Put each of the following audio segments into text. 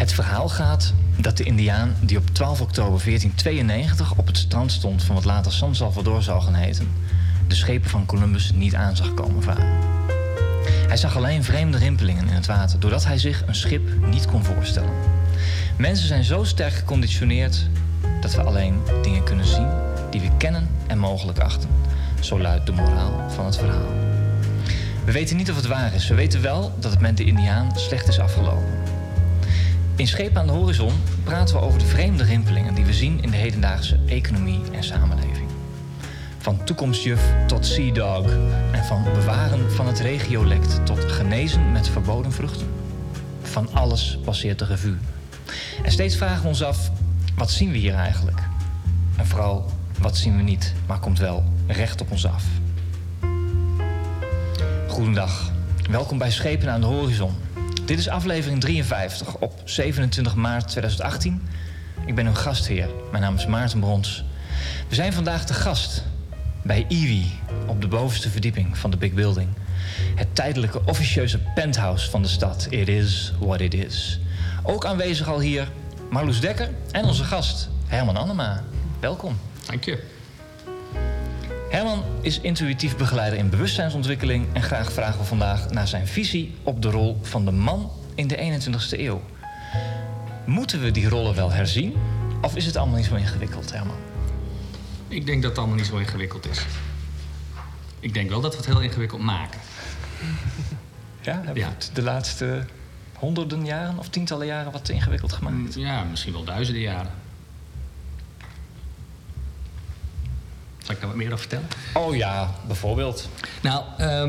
Het verhaal gaat dat de Indiaan die op 12 oktober 1492 op het strand stond van wat later San Salvador zou gaan heten, de schepen van Columbus niet aan zag komen varen. Hij zag alleen vreemde rimpelingen in het water, doordat hij zich een schip niet kon voorstellen. Mensen zijn zo sterk geconditioneerd dat we alleen dingen kunnen zien die we kennen en mogelijk achten. Zo luidt de moraal van het verhaal. We weten niet of het waar is. We weten wel dat het met de Indiaan slecht is afgelopen. In Schepen aan de Horizon praten we over de vreemde rimpelingen die we zien in de hedendaagse economie en samenleving. Van toekomstjuf tot Sea Dog en van bewaren van het regiolect tot genezen met verboden vruchten. Van alles passeert de revue. En steeds vragen we ons af, wat zien we hier eigenlijk? En vooral, wat zien we niet, maar komt wel recht op ons af. Goedendag, welkom bij Schepen aan de Horizon. Dit is aflevering 53 op 27 maart 2018. Ik ben uw gastheer, mijn naam is Maarten Brons. We zijn vandaag te gast bij Iwi op de bovenste verdieping van de Big Building. Het tijdelijke officieuze penthouse van de stad. It is what it is. Ook aanwezig al hier Marloes Dekker en onze gast Herman Annema. Welkom. Dank je. Herman is intuïtief begeleider in bewustzijnsontwikkeling en graag vragen we vandaag naar zijn visie op de rol van de man in de 21ste eeuw. Moeten we die rollen wel herzien of is het allemaal niet zo ingewikkeld, Herman? Ik denk dat het allemaal niet zo ingewikkeld is. Ik denk wel dat we het heel ingewikkeld maken. Ja, hebben we het de laatste honderden jaren of tientallen jaren wat te ingewikkeld gemaakt? Ja, misschien wel duizenden jaren. Zal ik daar wat meer over vertellen? Oh ja, bijvoorbeeld. Nou,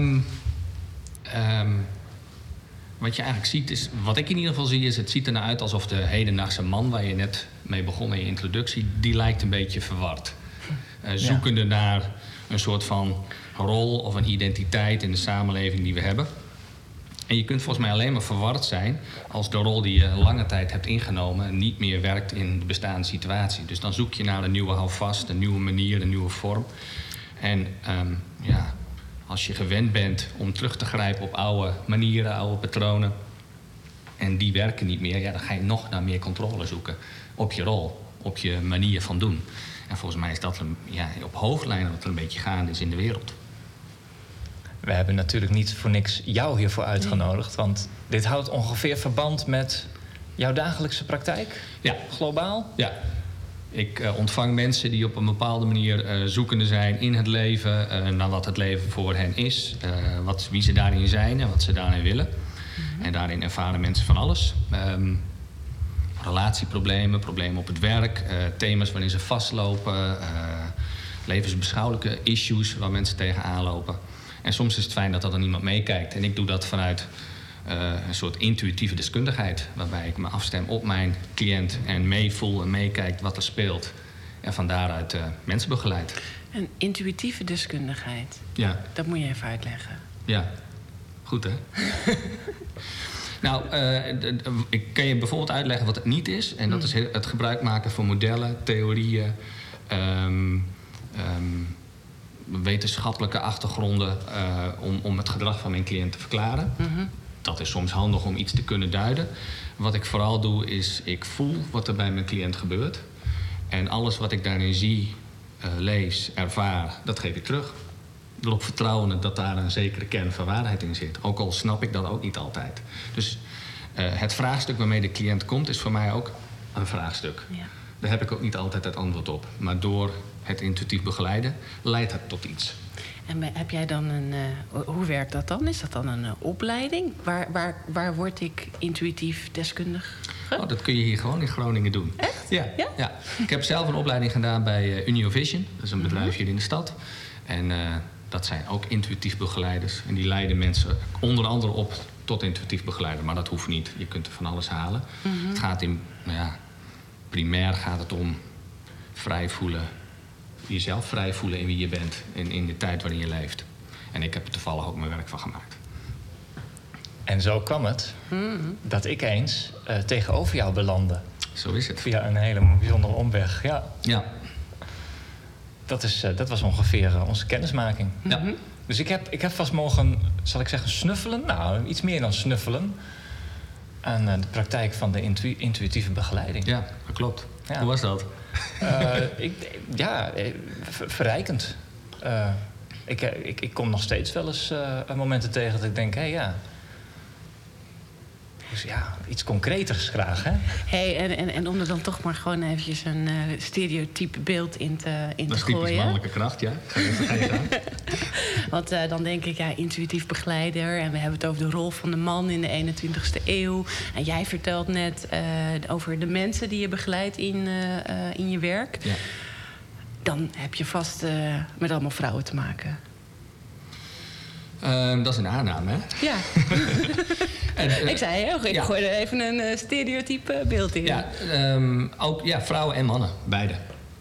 wat je eigenlijk ziet is... Wat ik in ieder geval zie is... Het ziet ernaar uit alsof de hedendaagse man... waar je net mee begon in je introductie... die lijkt een beetje verward. Zoekende naar een soort van rol of een identiteit... in de samenleving die we hebben. En je kunt volgens mij alleen maar verward zijn... als de rol die je lange tijd hebt ingenomen... niet meer werkt in de bestaande situatie. Dus dan zoek je naar een nieuwe houvast, een nieuwe manier, een nieuwe vorm. En als je gewend bent om terug te grijpen op oude manieren, oude patronen... en die werken niet meer, dan ga je nog naar meer controle zoeken op je rol, op je manier van doen. En volgens mij is dat op hoofdlijnen wat er een beetje gaande is in de wereld. We hebben natuurlijk niet voor niks jou hiervoor uitgenodigd. Want dit houdt ongeveer verband met jouw dagelijkse praktijk? Ja. Globaal? Ja. Ik ontvang mensen die op een bepaalde manier zoekende zijn in het leven... naar wat het leven voor hen is. Wie ze daarin zijn en wat ze daarin willen. Mm-hmm. En daarin ervaren mensen van alles. Relatieproblemen, problemen op het werk... thema's waarin ze vastlopen... levensbeschouwelijke issues waar mensen tegenaan lopen... En soms is het fijn dat er dan iemand meekijkt. En ik doe dat vanuit een soort intuïtieve deskundigheid. Waarbij ik me afstem op mijn cliënt en meevoel en meekijk wat er speelt. En van daaruit mensen begeleid. Een intuïtieve deskundigheid. Ja. Dat moet je even uitleggen. Ja, goed hè? Nou, ik kan je bijvoorbeeld uitleggen wat het niet is. En dat is het gebruik maken van modellen, theorieën... wetenschappelijke achtergronden om het gedrag van mijn cliënt te verklaren. Mm-hmm. Dat is soms handig om iets te kunnen duiden. Wat ik vooral doe is, ik voel wat er bij mijn cliënt gebeurt. En alles wat ik daarin zie, lees, ervaar, dat geef ik terug. Erop vertrouwen dat daar een zekere kern van waarheid in zit. Ook al snap ik dat ook niet altijd. Dus het vraagstuk waarmee de cliënt komt, is voor mij ook een vraagstuk. Ja. Daar heb ik ook niet altijd het antwoord op. Maar door het intuïtief begeleiden leidt het tot iets. En heb jij dan hoe werkt dat dan? Is dat dan een opleiding? Waar word ik intuïtief deskundig? Oh, dat kun je hier gewoon in Groningen doen. Echt? Ja. Ik heb zelf een opleiding gedaan bij Uniovision. Dat is een bedrijf hier in de stad. En dat zijn ook intuïtief begeleiders. En die leiden mensen onder andere op tot intuïtief begeleider. Maar dat hoeft niet. Je kunt er van alles halen. Mm-hmm. Het gaat primair gaat het om vrij voelen. Jezelf vrij voelen in wie je bent. In de tijd waarin je leeft. En ik heb er toevallig ook mijn werk van gemaakt. En zo kwam het dat ik eens tegenover jou belandde. Zo is het. Via een hele bijzondere omweg. Ja. Dat was ongeveer onze kennismaking. Ja. Dus ik heb vast mogen, zal ik zeggen, snuffelen. Nou, iets meer dan snuffelen. aan de praktijk van de intuïtieve begeleiding. Ja, dat klopt. Ja. Hoe was dat? Verrijkend. Ik kom nog steeds wel eens momenten tegen dat ik denk, dus iets concreters graag, hè? Hey, en om er dan toch maar gewoon eventjes een stereotype beeld in te gooien. Dat is typisch mannelijke kracht, ja. Ga je gaan. Want dan denk ik, intuïtief begeleider. En we hebben het over de rol van de man in de 21ste eeuw. En jij vertelt net over de mensen die je begeleidt in je werk. Ja. Dan heb je vast met allemaal vrouwen te maken. Dat is een aanname, hè? Ja. Ik zei ik gooi er even een stereotype beeld in. Ja, ook vrouwen en mannen, beide.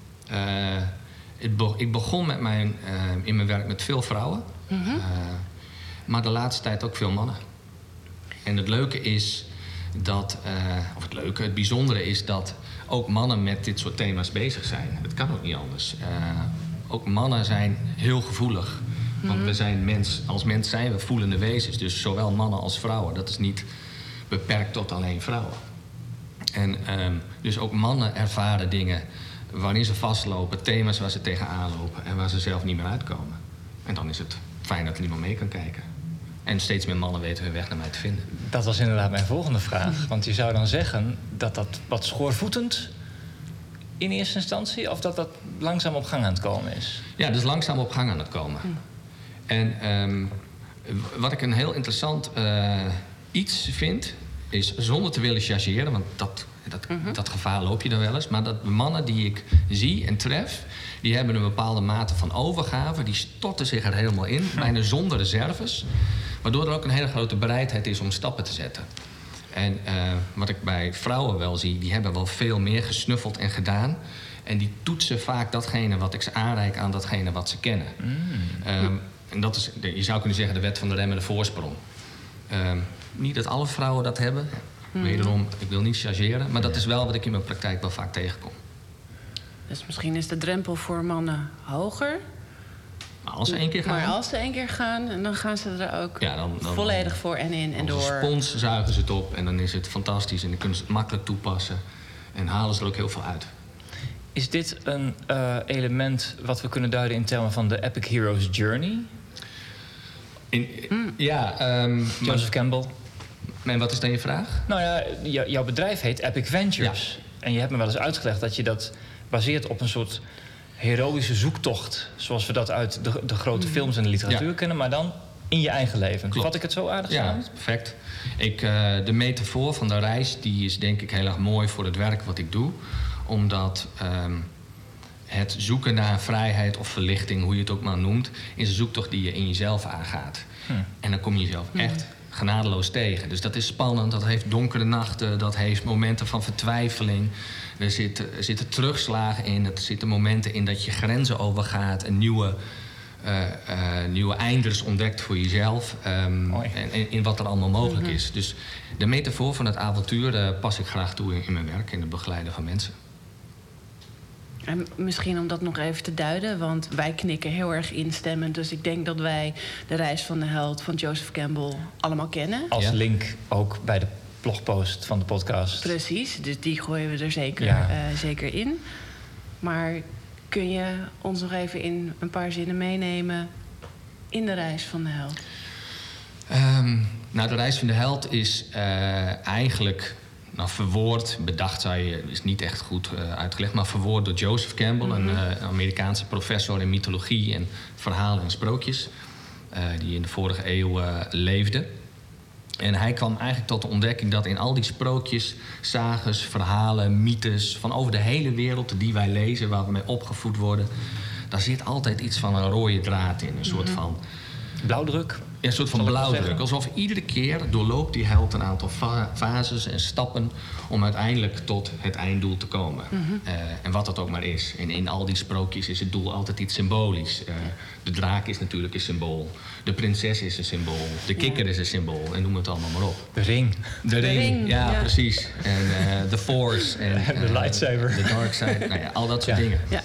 Ik begon in mijn werk met veel vrouwen. Mm-hmm. Maar de laatste tijd ook veel mannen. En het leuke is dat... het bijzondere is dat ook mannen met dit soort thema's bezig zijn. Het kan ook niet anders. Ook mannen zijn heel gevoelig. Want we zijn als mens zijn we voelende wezens. Dus zowel mannen als vrouwen. Dat is niet beperkt tot alleen vrouwen. En dus ook mannen ervaren dingen waarin ze vastlopen, thema's waar ze tegenaan lopen en waar ze zelf niet meer uitkomen. En dan is het fijn dat er iemand mee kan kijken. En steeds meer mannen weten hun weg naar mij te vinden. Dat was inderdaad mijn volgende vraag. Want je zou dan zeggen dat wat schoorvoetend in eerste instantie, of dat langzaam op gang aan het komen is? Ja, dat is langzaam op gang aan het komen. En wat ik een heel interessant iets vind, is zonder te willen chargeren, want dat gevaar loop je dan wel eens, maar dat de mannen die ik zie en tref, die hebben een bepaalde mate van overgave, die storten zich er helemaal in, bijna zonder reserves, waardoor er ook een hele grote bereidheid is om stappen te zetten. En wat ik bij vrouwen wel zie, die hebben wel veel meer gesnuffeld en gedaan. En die toetsen vaak datgene wat ik ze aanreik aan datgene wat ze kennen. En dat is, je zou kunnen zeggen, de wet van de remmende voorsprong. Niet dat alle vrouwen dat hebben. Wederom, ik wil niet chargeren. Maar dat is wel wat ik in mijn praktijk wel vaak tegenkom. Dus misschien is de drempel voor mannen hoger. Maar als ze één keer gaan... Maar als ze één keer gaan, dan gaan ze er ook dan volledig voor en in en door. Als een spons zuigen ze het op en dan is het fantastisch. En dan kunnen ze het makkelijk toepassen. En halen ze er ook heel veel uit. Is dit een element wat we kunnen duiden in termen van de Epic Hero's Journey? Joseph Campbell. En wat is dan je vraag? Nou ja, jouw bedrijf heet Epic Ventures. Ja. En je hebt me wel eens uitgelegd dat je dat baseert op een soort heroïsche zoektocht, zoals we dat uit de grote films en de literatuur kennen, maar dan in je eigen leven. Vat ik het zo aardig samen? Ja, perfect. De metafoor van de reis die is denk ik heel erg mooi voor het werk wat ik doe. Omdat het zoeken naar vrijheid of verlichting, hoe je het ook maar noemt, is een zoektocht die je in jezelf aangaat. En dan kom je jezelf echt genadeloos tegen. Dus dat is spannend, dat heeft donkere nachten, dat heeft momenten van vertwijfeling. Er zitten terugslagen in, er zitten momenten in dat je grenzen overgaat en nieuwe einders ontdekt voor jezelf. En in wat er allemaal mogelijk is. Dus de metafoor van het avontuur pas ik graag toe in mijn werk, in het begeleiden van mensen. En misschien om dat nog even te duiden, want wij knikken heel erg instemmend. Dus ik denk dat wij de reis van de held van Joseph Campbell allemaal kennen. Als link ook bij de blogpost van de podcast. Precies, dus die gooien we er zeker in. Maar kun je ons nog even in een paar zinnen meenemen in de reis van de held? De reis van de held is eigenlijk... verwoord, bedacht is niet echt goed uitgelegd, maar verwoord door Joseph Campbell, een Amerikaanse professor in mythologie en verhalen en sprookjes, die in de vorige eeuw leefde. En hij kwam eigenlijk tot de ontdekking dat in al die sprookjes, sages, verhalen, mythes van over de hele wereld die wij lezen, waar we mee opgevoed worden, daar zit altijd iets van een rode draad in, een soort van blauwdruk. Ja, een soort van blauwdruk. Alsof iedere keer doorloopt die held een aantal fases en stappen om uiteindelijk tot het einddoel te komen. En wat dat ook maar is. En in al die sprookjes is het doel altijd iets symbolisch. De draak is natuurlijk een symbool. De prinses is een symbool. De kikker is een symbool. En noem het allemaal maar op. De ring. De ring, ja, precies. En de force. En de lightsaber. De dark side. Al dat soort dingen. Ja.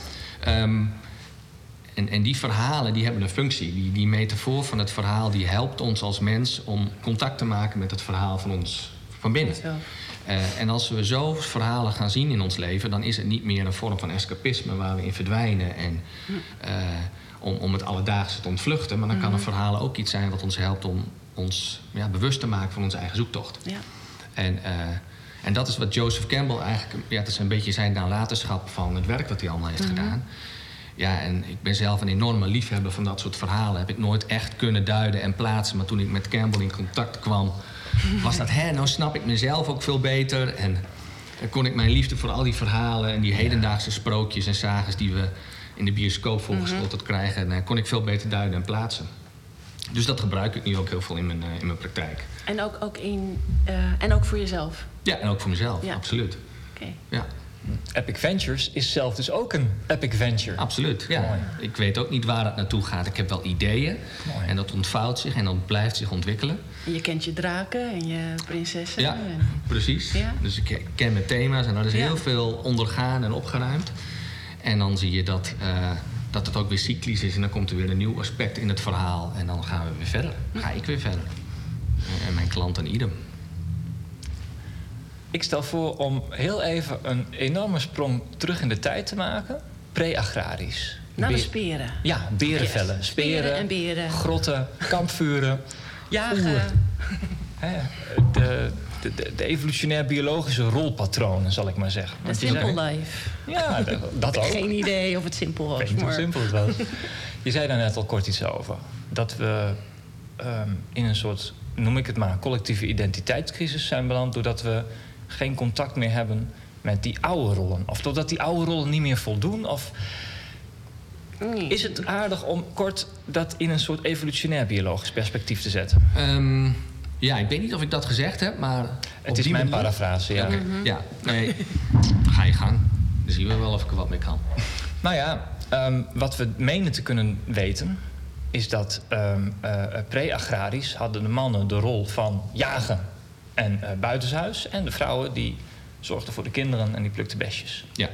En die verhalen die hebben een functie. Die metafoor van het verhaal die helpt ons als mens om contact te maken met het verhaal Van binnen. Zo. En als we zo verhalen gaan zien in ons leven, dan is het niet meer een vorm van escapisme waar we in verdwijnen en om het alledaagse te ontvluchten. Maar dan kan een verhaal ook iets zijn wat ons helpt om ons bewust te maken van onze eigen zoektocht. Ja. En dat is wat Joseph Campbell eigenlijk, dat is een beetje zijn nalatenschap van het werk wat hij allemaal heeft gedaan. Ja, en ik ben zelf een enorme liefhebber van dat soort verhalen. Heb ik nooit echt kunnen duiden en plaatsen. Maar toen ik met Campbell in contact kwam, was dat, nou snap ik mezelf ook veel beter. En kon ik mijn liefde voor al die verhalen en die hedendaagse sprookjes en sages die we in de bioscoop voorgeschoteld krijgen, kon ik veel beter duiden en plaatsen. Dus dat gebruik ik nu ook heel veel in mijn praktijk. En ook voor jezelf? Ja, en ook voor mezelf, Ja. absoluut. Okay. Ja. Epic Ventures is zelf dus ook een epic venture. Absoluut, ja. Mooi. Ik weet ook niet waar het naartoe gaat. Ik heb wel ideeën. Mooi. En dat ontvouwt zich en dat blijft zich ontwikkelen. En je kent je draken en je prinsessen. Ja, En... precies. Ja. Dus ik ken mijn thema's en daar is Ja. heel veel ondergaan en opgeruimd. En dan zie je dat het ook weer cyclisch is. En dan komt er weer een nieuw aspect in het verhaal. En dan gaan we weer verder. Ga ik weer verder. En mijn klant en idem. Ik stel voor om heel even een enorme sprong terug in de tijd te maken. Pre-agrarisch. Naar de speren. Ja, berenvellen. Yes. Speren, Speren en beren. grotten, kampvuren. Jagen. Oer. Hè, de evolutionair-biologische rolpatronen, zal ik maar zeggen. The Want die simple zijn- life. Ja, dat ook. Geen idee of het simpel was. Ik weet niet hoe Maar... simpel het was. Je zei daar net al kort iets over. Dat we in een soort, noem ik het maar, collectieve identiteitscrisis zijn beland, doordat we geen contact meer hebben met die oude rollen. Of doordat die oude rollen niet meer voldoen. Of is het aardig om kort dat in een soort evolutionair-biologisch perspectief te zetten? Ja, ik weet niet of ik dat gezegd heb, maar... Het is mijn parafrase, ja. Oké. Ja, nee, ga je gang. Dan zien we wel of ik er wat mee kan. Nou ja, wat we menen te kunnen weten is dat pre-agrarisch hadden de mannen de rol van jagen en buitenshuis. En de vrouwen die zorgden voor de kinderen en die plukten besjes. Ja.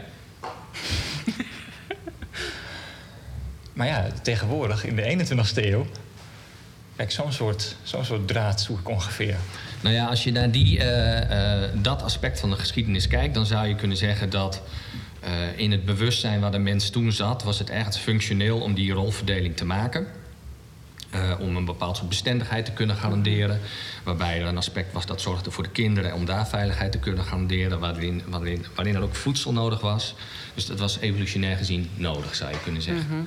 Maar ja, tegenwoordig in de 21ste eeuw... Kijk, zo'n soort draad zoek ik ongeveer. Nou ja, als je naar dat aspect van de geschiedenis kijkt, dan zou je kunnen zeggen dat in het bewustzijn waar de mens toen zat, was het echt functioneel om die rolverdeling te maken. Om een bepaald soort bestendigheid te kunnen garanderen. Waarbij er een aspect was dat zorgde voor de kinderen om daar veiligheid te kunnen garanderen. Waarin er ook voedsel nodig was. Dus dat was evolutionair gezien nodig, zou je kunnen zeggen.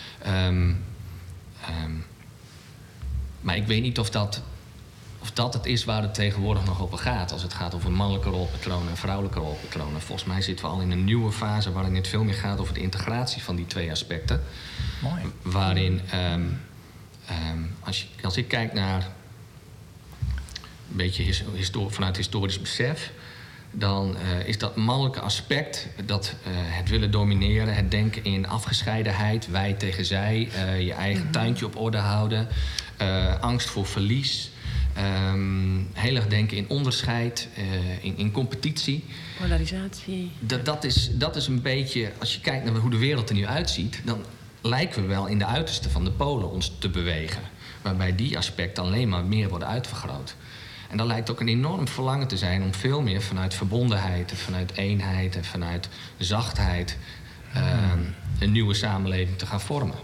Maar ik weet niet of dat het is waar het tegenwoordig nog over gaat. Als het gaat over mannelijke rolpatronen en vrouwelijke rolpatronen. Volgens mij zitten we al in een nieuwe fase waarin het veel meer gaat over de integratie van die twee aspecten. Mooi. Waarin, als ik kijk naar een beetje vanuit historisch besef, dan is dat mannelijke aspect, dat het willen domineren, het denken in afgescheidenheid, wij tegen zij, je eigen tuintje op orde houden, angst voor verlies, heel erg denken in onderscheid, in competitie. Polarisatie. Dat is een beetje, als je kijkt naar hoe de wereld er nu uitziet, dan lijken we wel in de uiterste van de polen ons te bewegen. Waarbij die aspecten alleen maar meer worden uitvergroot. En dan lijkt ook een enorm verlangen te zijn om veel meer vanuit verbondenheid, en vanuit eenheid en vanuit zachtheid een nieuwe samenleving te gaan vormen.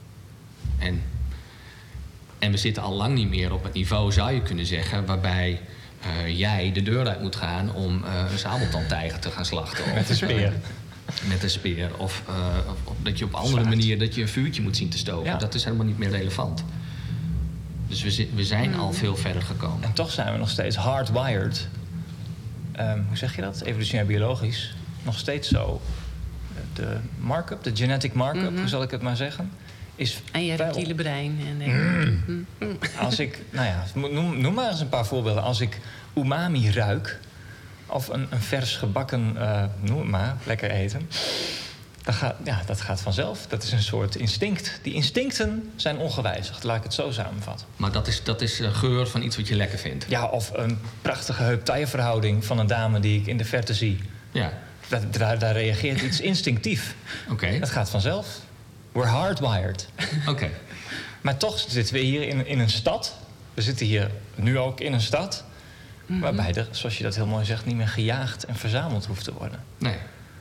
En we zitten al lang niet meer op het niveau, zou je kunnen zeggen, waarbij jij de deur uit moet gaan om een sabeltandtijger te gaan slachten. Met een speer. Met een speer. Of dat je op andere manier dat je een vuurtje moet zien te stoken. Ja. Dat is helemaal niet meer relevant. Dus we zijn al veel verder gekomen. En toch zijn we nog steeds hardwired. Hoe zeg je dat? Evolutionair biologisch. Nog steeds zo. De markup, de genetic markup, hoe zal ik het maar zeggen, is En je wel- reptiele brein. Als ik, nou ja, noem maar eens een paar voorbeelden. Als ik umami ruik, of een vers gebakken, noem het maar, lekker eten, dat gaat vanzelf. Dat is een soort instinct. Die instincten zijn ongewijzigd, laat ik het zo samenvatten. Maar dat is geur van iets wat je lekker vindt. Ja, of een prachtige heup-taille-verhouding van een dame die ik in de verte zie. Ja, Daar reageert iets instinctief. oké. Dat gaat vanzelf. We're hardwired. Oké. Maar toch zitten we hier in een stad. We zitten hier nu ook in een stad. Waarbij er, zoals je dat heel mooi zegt, niet meer gejaagd en verzameld hoeft te worden. Nee.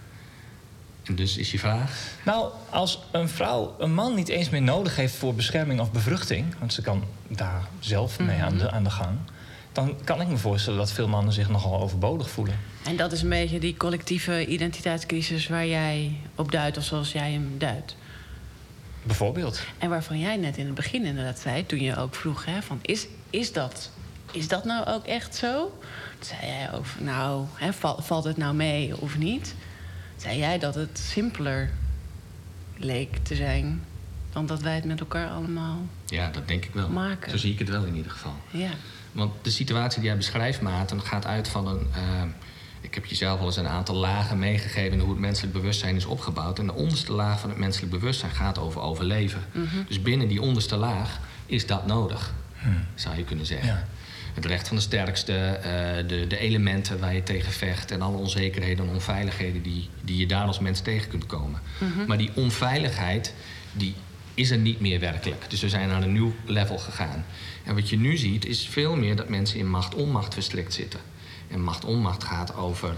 En dus is je vraag? Nou, als een vrouw een man niet eens meer nodig heeft voor bescherming of bevruchting, want ze kan daar zelf mee aan de gang, dan kan ik me voorstellen dat veel mannen zich nogal overbodig voelen. En dat is een beetje die collectieve identiteitscrisis waar jij op duidt, of zoals jij hem duidt. Bijvoorbeeld. En waarvan jij net in het begin inderdaad zei, toen je ook vroeg, hè, van is dat nou ook echt zo? Toen zei jij over, nou, hè, valt het nou mee of niet? Zei jij dat het simpeler leek te zijn dan dat wij het met elkaar allemaal Ja, dat denk ik wel. maken. Zo zie ik het wel in ieder geval. Ja. Want de situatie die jij beschrijft, Maarten, gaat uit van een... ik heb je zelf al eens een aantal lagen meegegeven in hoe het menselijk bewustzijn is opgebouwd. En de onderste laag van het menselijk bewustzijn gaat over overleven. Dus binnen die onderste laag is dat nodig, zou je kunnen zeggen. Ja. Het recht van de sterkste, de elementen waar je tegen vecht en alle onzekerheden en onveiligheden die je daar als mens tegen kunt komen. Maar die onveiligheid, die is er niet meer werkelijk. Dus we zijn naar een nieuw level gegaan. En wat je nu ziet, is veel meer dat mensen in macht-onmacht verstrikt zitten. En macht-onmacht gaat over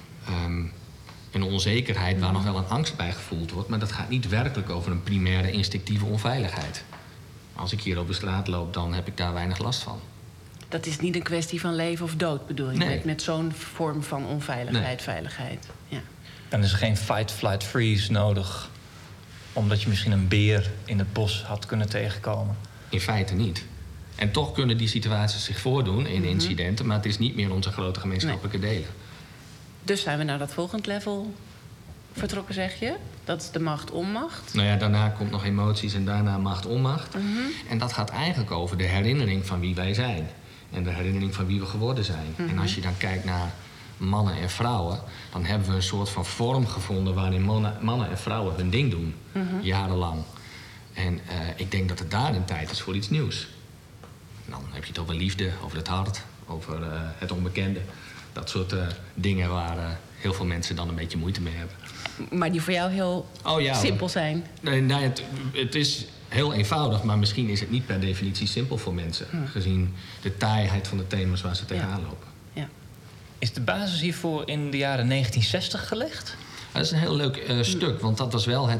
een onzekerheid waar nog wel een angst bij gevoeld wordt. Maar dat gaat niet werkelijk over een primaire instinctieve onveiligheid. Als ik hier op de straat loop, dan heb ik daar weinig last van. Dat is niet een kwestie van leven of dood, bedoel je? Nee. Met zo'n vorm van onveiligheid, Nee. veiligheid. Ja. Dan is er geen fight, flight, freeze nodig, omdat je misschien een beer in het bos had kunnen tegenkomen. In feite niet. En toch kunnen die situaties zich voordoen in incidenten, maar het is niet meer onze grote gemeenschappelijke delen. Dus zijn we naar dat volgende level vertrokken, zeg je? Dat is de macht-onmacht. Nou ja, daarna komt nog emoties en daarna macht-onmacht. En dat gaat eigenlijk over de herinnering van wie wij zijn. En de herinnering van wie we geworden zijn. En als je dan kijkt naar mannen en vrouwen, dan hebben we een soort van vorm gevonden waarin mannen en vrouwen hun ding doen. Jarenlang. En ik denk dat het daar een tijd is voor iets nieuws. En dan heb je het over liefde, over het hart, over het onbekende. Dat soort dingen waar heel veel mensen dan een beetje moeite mee hebben. Maar die voor jou heel simpel zijn. Nee, het is heel eenvoudig, maar misschien is het niet per definitie simpel voor mensen. Gezien de taaiheid van de thema's waar ze tegenaan lopen. Ja. Is de basis hiervoor in de jaren 1960 gelegd? Dat is een heel leuk stuk, want dat was wel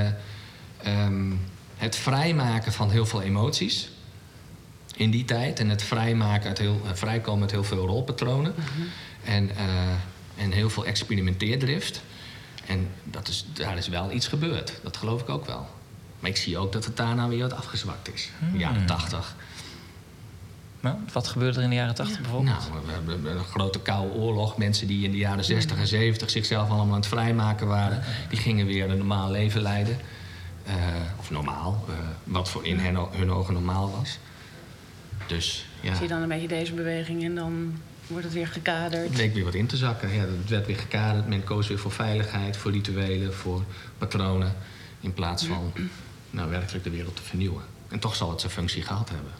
het vrijmaken van heel veel emoties in die tijd. En het vrijkomen uit heel veel rolpatronen. En heel veel experimenteerdrift. En daar is wel iets gebeurd. Dat geloof ik ook wel. Maar ik zie ook dat het daarna weer wat afgezwakt is. In de jaren 80. Nou, wat gebeurde er in de jaren 80 bijvoorbeeld? Nou, we hebben een grote koude oorlog. Mensen die in de jaren 60 en 70 zichzelf allemaal aan het vrijmaken waren, die gingen weer een normaal leven leiden. Of normaal. Wat voor in hun ogen normaal was. Dus ja. Zie je dan een beetje deze beweging en dan wordt het weer gekaderd? Het leek weer wat in te zakken. Ja, het werd weer gekaderd. Men koos weer voor veiligheid, voor rituelen, voor patronen. In plaats van werkelijk de wereld te vernieuwen. En toch zal het zijn functie gehad hebben.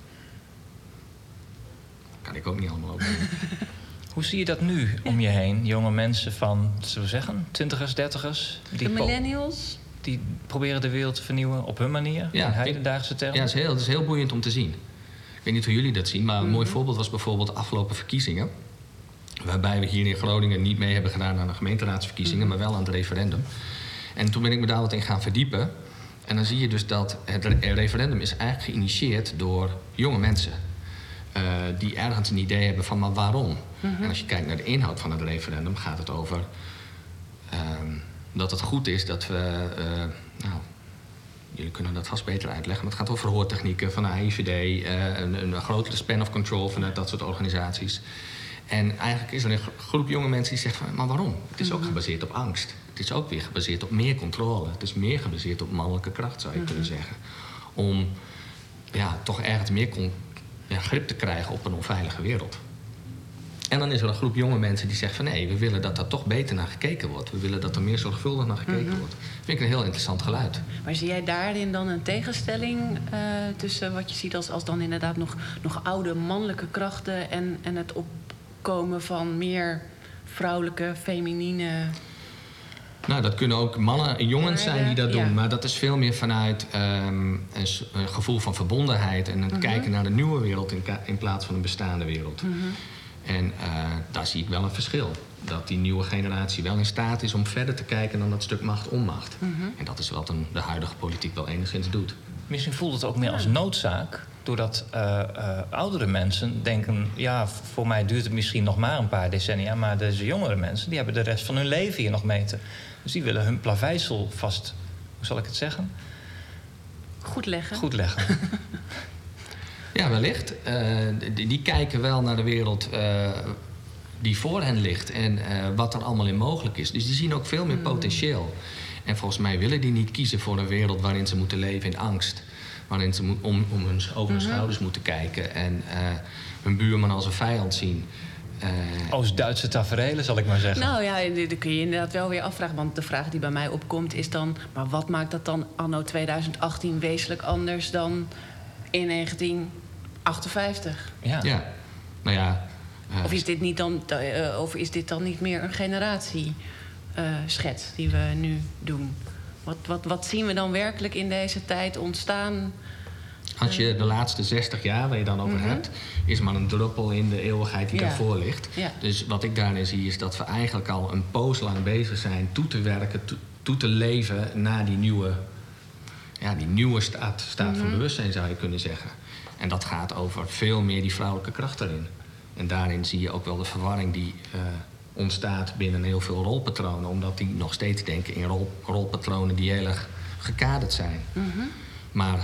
Kan ik ook niet allemaal over. Hoe zie je dat nu om je heen? Jonge mensen van, zullen we zeggen, 20ers, 30ers? De millennials? Die proberen de wereld te vernieuwen op hun manier, in heidendaagse termen? Ja, het is heel boeiend om te zien. Ik weet niet hoe jullie dat zien, maar een mooi voorbeeld was bijvoorbeeld de afgelopen verkiezingen. Waarbij we hier in Groningen niet mee hebben gedaan aan de gemeenteraadsverkiezingen, maar wel aan het referendum. En toen ben ik me daar wat in gaan verdiepen. En dan zie je dus dat het referendum is eigenlijk geïnitieerd door jonge mensen. Die ergens een idee hebben van, maar waarom? En als je kijkt naar de inhoud van het referendum, gaat het over dat het goed is dat we... jullie kunnen dat vast beter uitleggen, maar het gaat over verhoortechnieken van de AIVD, een grotere span of control vanuit dat soort organisaties. En eigenlijk is er een groep jonge mensen die zeggen van, maar waarom? Het is ook gebaseerd op angst. Het is ook weer gebaseerd op meer controle. Het is meer gebaseerd op mannelijke kracht, zou je kunnen zeggen. Om toch ergens meer grip te krijgen op een onveilige wereld. En dan is er een groep jonge mensen die zegt van, nee, we willen dat daar toch beter naar gekeken wordt. We willen dat er meer zorgvuldig naar gekeken wordt. Dat vind ik een heel interessant geluid. Maar zie jij daarin dan een tegenstelling tussen wat je ziet als dan inderdaad nog oude mannelijke krachten en het opkomen van meer vrouwelijke, feminine... Nou, dat kunnen ook mannen en jongens zijn die dat doen. Ja. Maar dat is veel meer vanuit een gevoel van verbondenheid en het kijken naar de nieuwe wereld in plaats van een bestaande wereld. En daar zie ik wel een verschil. Dat die nieuwe generatie wel in staat is om verder te kijken dan dat stuk macht-onmacht. En dat is wat de huidige politiek wel enigszins doet. Misschien voelt het ook meer als noodzaak. Doordat oudere mensen denken... ja, voor mij duurt het misschien nog maar een paar decennia... maar deze jongere mensen die hebben de rest van hun leven hier nog mee te... Dus die willen hun plaveisel vast... hoe zal ik het zeggen? Goed leggen. Goed leggen. Ja, wellicht. Die kijken wel naar de wereld die voor hen ligt... en wat er allemaal in mogelijk is. Dus die zien ook veel meer potentieel. En volgens mij willen die niet kiezen voor een wereld... waarin ze moeten leven in angst... waarin ze over hun schouders moeten kijken... en hun buurman als een vijand zien. Oost-Duitse taferelen, zal ik maar zeggen. Nou ja, dat kun je inderdaad wel weer afvragen. Want de vraag die bij mij opkomt is dan... maar wat maakt dat dan anno 2018 wezenlijk anders dan in 1958? Ja. Nou ja... Of is dit dan niet meer een generatieschets die we nu doen? Wat zien we dan werkelijk in deze tijd ontstaan? Als je de laatste 60 jaar, waar je dan over hebt... is maar een druppel in de eeuwigheid die daarvoor ligt. Ja. Dus wat ik daarin zie is dat we eigenlijk al een poos lang bezig zijn... toe te werken, toe te leven naar die nieuwe staat van bewustzijn, zou je kunnen zeggen. En dat gaat over veel meer die vrouwelijke kracht erin. En daarin zie je ook wel de verwarring die ontstaat binnen heel veel rolpatronen... omdat die nog steeds denken in rolpatronen die heel erg gekaderd zijn. Maar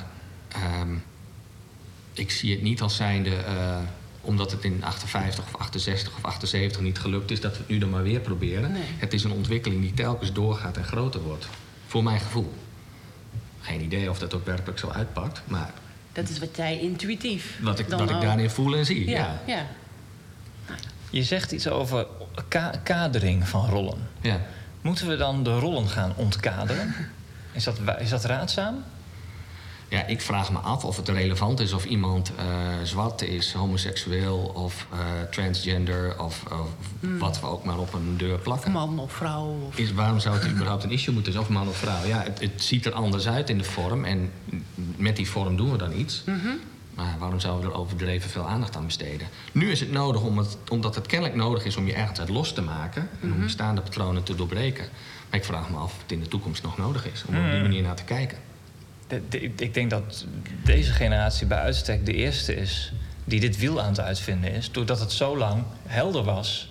ik zie het niet als zijnde... omdat het in 58 of 68 of 78 niet gelukt is... dat we het nu dan maar weer proberen. Nee. Het is een ontwikkeling die telkens doorgaat en groter wordt. Voor mijn gevoel. Geen idee of dat ook werkelijk zo uitpakt, maar... Dat is wat jij intuïtief... Wat ik daarin voel en zie, ja. Je zegt iets over kadering van rollen. Ja. Moeten we dan de rollen gaan ontkaderen? Is dat raadzaam? Ja, ik vraag me af of het relevant is of iemand zwart is, homoseksueel of transgender... of wat we ook maar op een deur plakken. Man of vrouw. Waarom zou het überhaupt een issue moeten zijn, of man of vrouw? Ja, het ziet er anders uit in de vorm en met die vorm doen we dan iets. Maar waarom zouden we er overdreven veel aandacht aan besteden? Nu is het nodig omdat het kennelijk nodig is om je ergens uit los te maken... en om bestaande patronen te doorbreken. Maar ik vraag me af of het in de toekomst nog nodig is om op die manier naar te kijken. Ik denk dat deze generatie bij uitstek de eerste is... die dit wiel aan het uitvinden is. Doordat het zo lang helder was.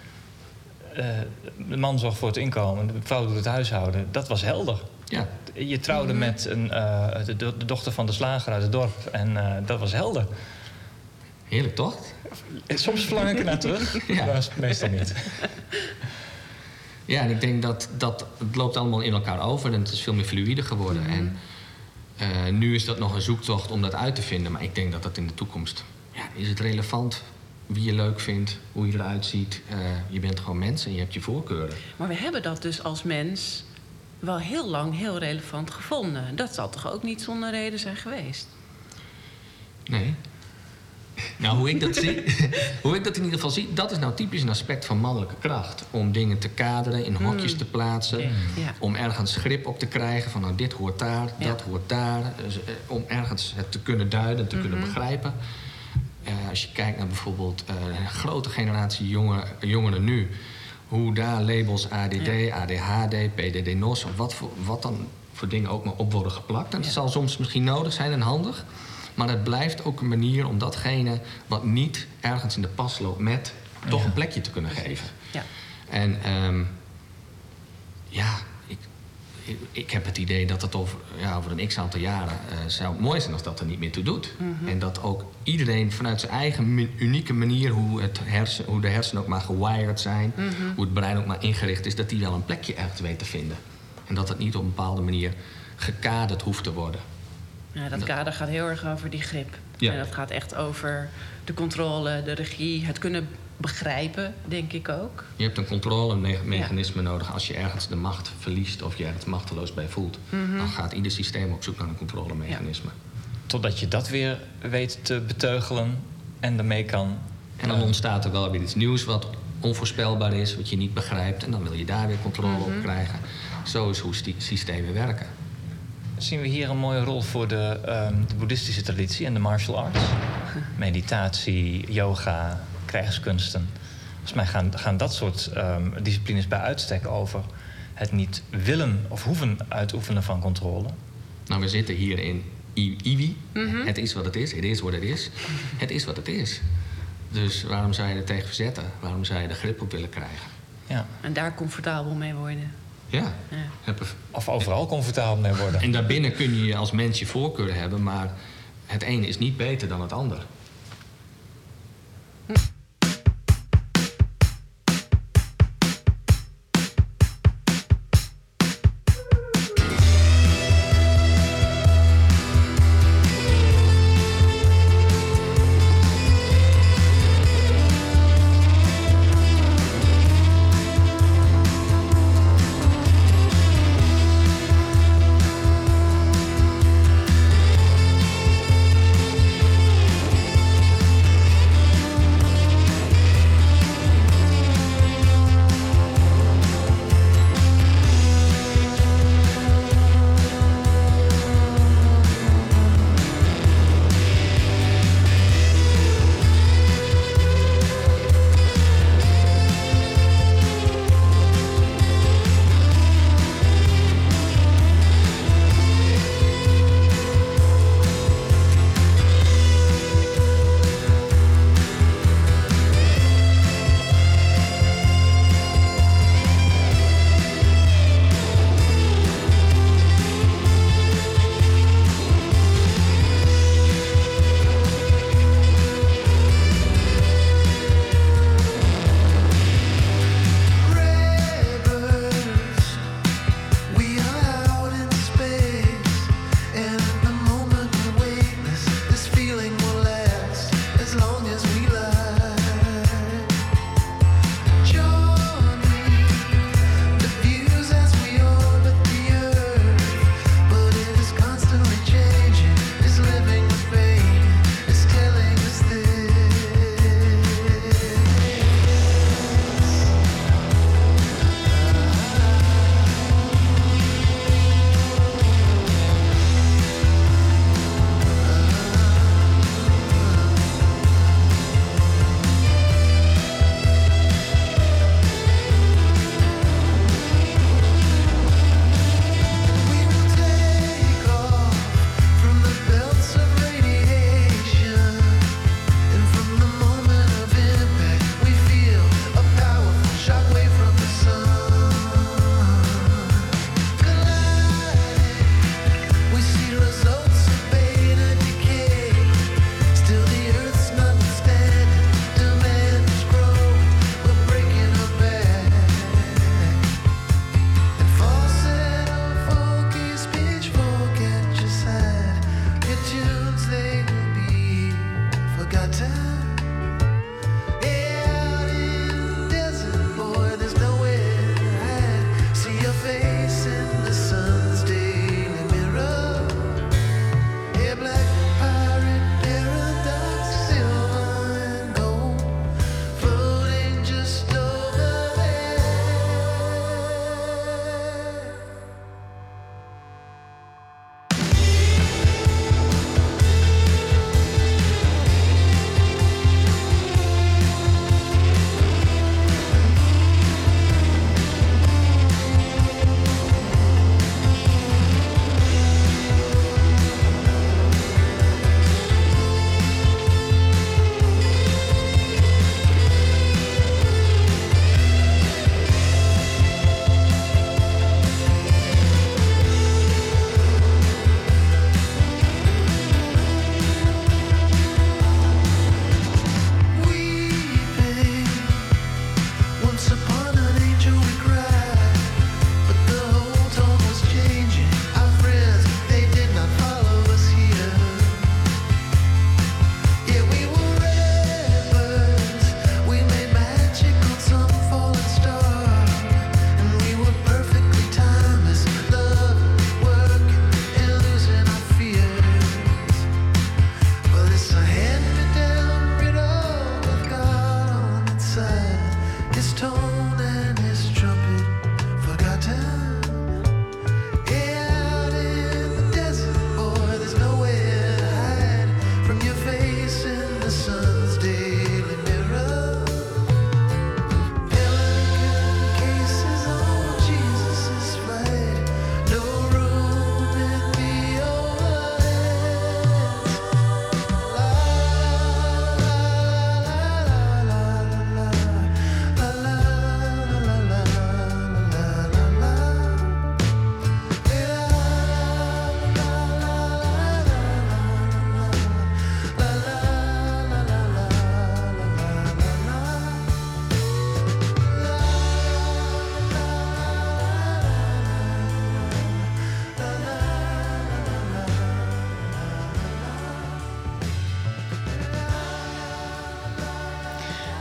De man zorgt voor het inkomen, de vrouw doet het huishouden. Dat was helder. Ja. Je trouwde met de dochter van de slager uit het dorp. En dat was helder. Heerlijk, toch? Soms verlang ik er naar terug. Ja. Maar meestal niet. Ja, en ik denk dat het loopt allemaal in elkaar over. En het is veel meer fluïde geworden. En nu is dat nog een zoektocht om dat uit te vinden. Maar ik denk dat in de toekomst... Ja, is het relevant wie je leuk vindt, hoe je eruit ziet. Je bent gewoon mens en je hebt je voorkeuren. Maar we hebben dat dus als mens wel heel lang heel relevant gevonden. Dat zal toch ook niet zonder reden zijn geweest? Nee. Nou, hoe ik dat zie, hoe ik dat in ieder geval zie... dat is nou typisch een aspect van mannelijke kracht. Om dingen te kaderen, in hokjes te plaatsen. Ja. Om ergens grip op te krijgen van... nou, dit hoort daar, dat hoort daar. Dus, om ergens het te kunnen duiden, te kunnen begrijpen. Als je kijkt naar bijvoorbeeld een grote generatie jongeren nu... hoe daar labels ADD, ADHD, PDD-NOS... wat dan voor dingen ook maar op worden geplakt. En dat zal soms misschien nodig zijn en handig... maar het blijft ook een manier om datgene wat niet ergens in de pas loopt met... toch een plekje te kunnen geven. Ja. En ik heb het idee dat het over een x-aantal jaren... zou het mooi zijn als dat er niet meer toe doet. En dat ook iedereen vanuit zijn eigen unieke manier... hoe de hersenen ook maar gewired zijn... hoe het brein ook maar ingericht is... dat die wel een plekje ergens weet te vinden. En dat het niet op een bepaalde manier gekaderd hoeft te worden. Ja, dat kader gaat heel erg over die grip. Ja. En dat gaat echt over de controle, de regie, het kunnen begrijpen, denk ik ook. Je hebt een controlemechanisme nodig als je ergens de macht verliest... of je ergens machteloos bij voelt. Dan gaat ieder systeem op zoek naar een controlemechanisme. Totdat je dat weer weet te beteugelen en ermee kan... En dan ontstaat er wel weer iets nieuws wat onvoorspelbaar is... wat je niet begrijpt en dan wil je daar weer controle op krijgen. Zo is hoe systemen werken. Zien we hier een mooie rol voor de boeddhistische traditie en de martial arts? Meditatie, yoga, krijgskunsten. Volgens mij gaan dat soort disciplines bij uitstek over het niet willen of hoeven uitoefenen van controle. Nou, we zitten hier in IWI. Het is wat het is. Het is wat het is. Het is wat het is. Dus waarom zou je er tegen verzetten? Waarom zou je er grip op willen krijgen? Ja. En daar comfortabel mee worden. Ja. Of overal comfortabel mee worden. En daarbinnen kun je als mens je voorkeur hebben, maar het een is niet beter dan het ander.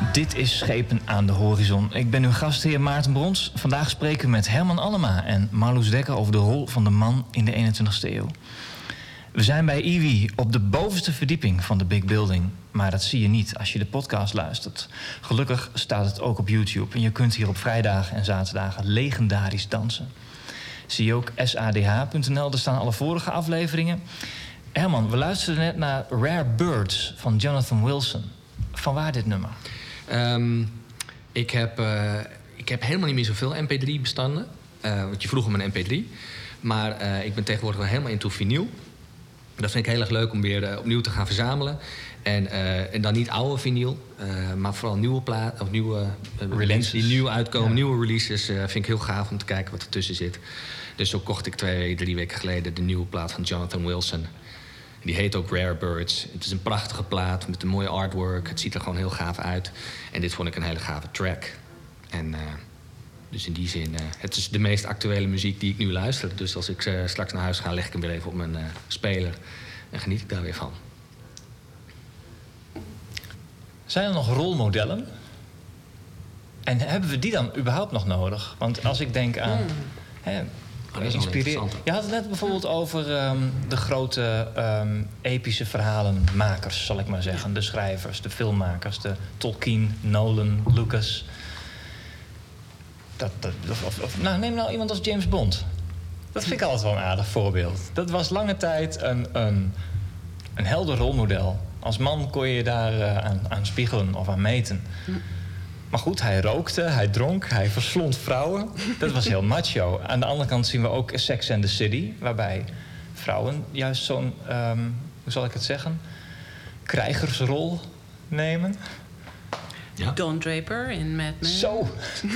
Dit is Schepen aan de Horizon. Ik ben uw gastheer Maarten Brons. Vandaag spreken we met Herman Allema en Marloes Dekker over de rol van de man in de 21ste eeuw. We zijn bij IWI op de bovenste verdieping van de Big Building. Maar dat zie je niet als je de podcast luistert. Gelukkig staat het ook op YouTube. En je kunt hier op vrijdagen en zaterdagen legendarisch dansen. Zie je ook sadh.nl, daar staan alle vorige afleveringen. Herman, we luisterden net naar Rare Birds van Jonathan Wilson. Vanwaar dit nummer? Ik heb helemaal niet meer zoveel MP3-bestanden. Want je vroeg om een MP3. Maar ik ben tegenwoordig wel helemaal into vinyl. Dat vind ik heel erg leuk om weer opnieuw te gaan verzamelen. En dan niet oude vinyl, maar vooral nieuwe platen of nieuwe releases die nieuw uitkomen. Ja. Nieuwe releases vind ik heel gaaf om te kijken wat ertussen zit. Dus zo kocht ik 2-3 weken geleden de nieuwe plaat van Jonathan Wilson. Die heet ook Rare Birds. Het is een prachtige plaat met een mooie artwork. Het ziet er gewoon heel gaaf uit. En dit vond ik een hele gave track. En dus in die zin, het is de meest actuele muziek die ik nu luister. Dus als ik straks naar huis ga, leg ik hem weer even op mijn speler. En geniet ik daar weer van. Zijn er nog rolmodellen? En hebben we die dan überhaupt nog nodig? Want als ik denk aan... Je had het net bijvoorbeeld over de grote epische verhalenmakers, zal ik maar zeggen. De schrijvers, de filmmakers, Tolkien, Nolan, Lucas. Neem nou iemand als James Bond. Dat vind ik altijd wel een aardig voorbeeld. Dat was lange tijd een helder rolmodel. Als man kon je daar aan spiegelen of aan meten. Maar goed, hij rookte, hij dronk, hij verslond vrouwen. Dat was heel macho. Aan de andere kant zien we ook Sex and the City, waarbij vrouwen juist zo'n, hoe zal ik het zeggen, krijgersrol nemen. Ja. Don Draper in Mad Men. Zo!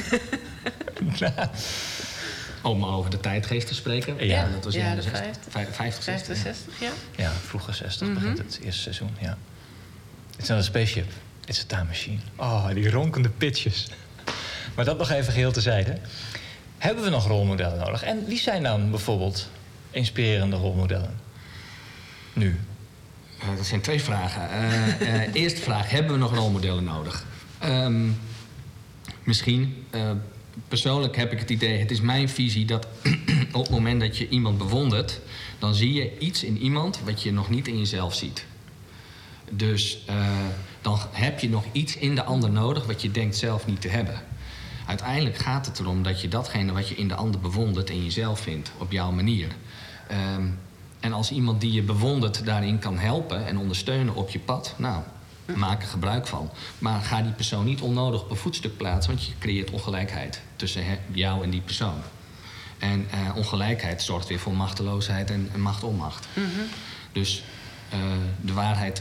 Om maar over de tijdgeest te spreken. Ja, dat was in de 50, 60, ja. Ja, vroeger 60 begint het eerste seizoen, ja. It's not a spaceship, it's a time machine. Oh, die ronkende pitches. Maar dat nog even geheel terzijde. Hebben we nog rolmodellen nodig? En wie zijn dan bijvoorbeeld inspirerende rolmodellen? Nu. Dat zijn 2 vragen. Eerste vraag, hebben we nog rolmodellen nodig? Misschien... persoonlijk heb ik het idee, het is mijn visie dat op het moment dat je iemand bewondert, dan zie je iets in iemand wat je nog niet in jezelf ziet. Dus dan heb je nog iets in de ander nodig wat je denkt zelf niet te hebben. Uiteindelijk gaat het erom dat je datgene wat je in de ander bewondert in jezelf vindt, op jouw manier. En als iemand die je bewondert daarin kan helpen en ondersteunen op je pad, nou, maak er gebruik van. Maar ga die persoon niet onnodig op een voetstuk plaatsen, want je creëert ongelijkheid tussen jou en die persoon. En ongelijkheid zorgt weer voor machteloosheid en macht-onmacht. Mm-hmm. Dus de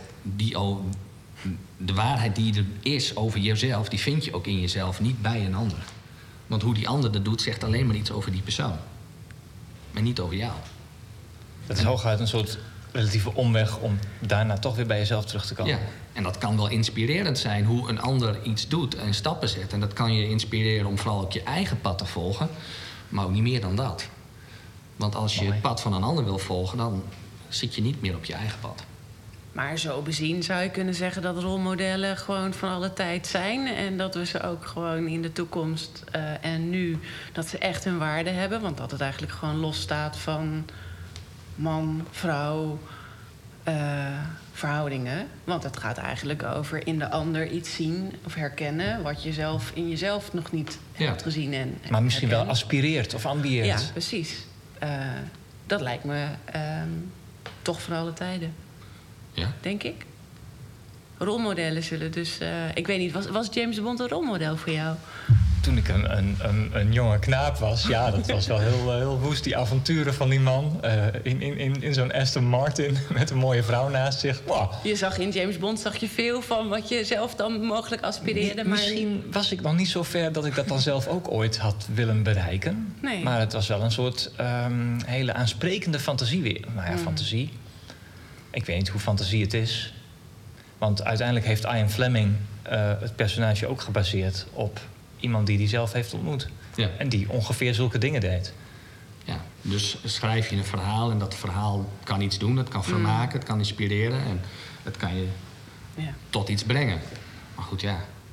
waarheid die er is over jezelf, die vind je ook in jezelf, niet bij een ander. Want hoe die ander dat doet, zegt alleen maar iets over die persoon. Maar niet over jou. Het is hooguit een soort relatieve omweg om daarna toch weer bij jezelf terug te komen. Ja, en dat kan wel inspirerend zijn hoe een ander iets doet en stappen zet. En dat kan je inspireren om vooral ook je eigen pad te volgen, maar ook niet meer dan dat. Want als je het pad van een ander wil volgen, dan zit je niet meer op je eigen pad. Maar zo bezien zou je kunnen zeggen dat rolmodellen gewoon van alle tijd zijn. En dat we ze ook gewoon in de toekomst en nu, dat ze echt hun waarde hebben. Want dat het eigenlijk gewoon losstaat van man, vrouw, verhoudingen. Want het gaat eigenlijk over in de ander iets zien of herkennen wat je zelf in jezelf nog niet hebt gezien. En maar misschien herkent. wel aspireert of ambieert. Ja, precies. Dat lijkt me toch voor alle tijden. Ja? Denk ik. Rolmodellen zullen dus... ik weet niet, was James Bond een rolmodel voor jou? Toen ik een jonge knaap was, ja, dat was wel heel woest. Die avonturen van die man in zo'n Aston Martin met een mooie vrouw naast zich. Wow. Je zag in James Bond veel van wat je zelf dan mogelijk aspireerde. Maar misschien was ik nog niet zo ver dat ik dat dan zelf ook ooit had willen bereiken. Nee. Maar het was wel een soort hele aansprekende fantasie weer. Nou ja, fantasie. Ik weet niet hoe fantasie het is. Want uiteindelijk heeft Ian Fleming het personage ook gebaseerd op iemand die zelf heeft ontmoet. Ja. En die ongeveer zulke dingen deed. Ja, dus schrijf je een verhaal en dat verhaal kan iets doen. Het kan vermaken, het kan inspireren en het kan je tot iets brengen. Maar goed, ja.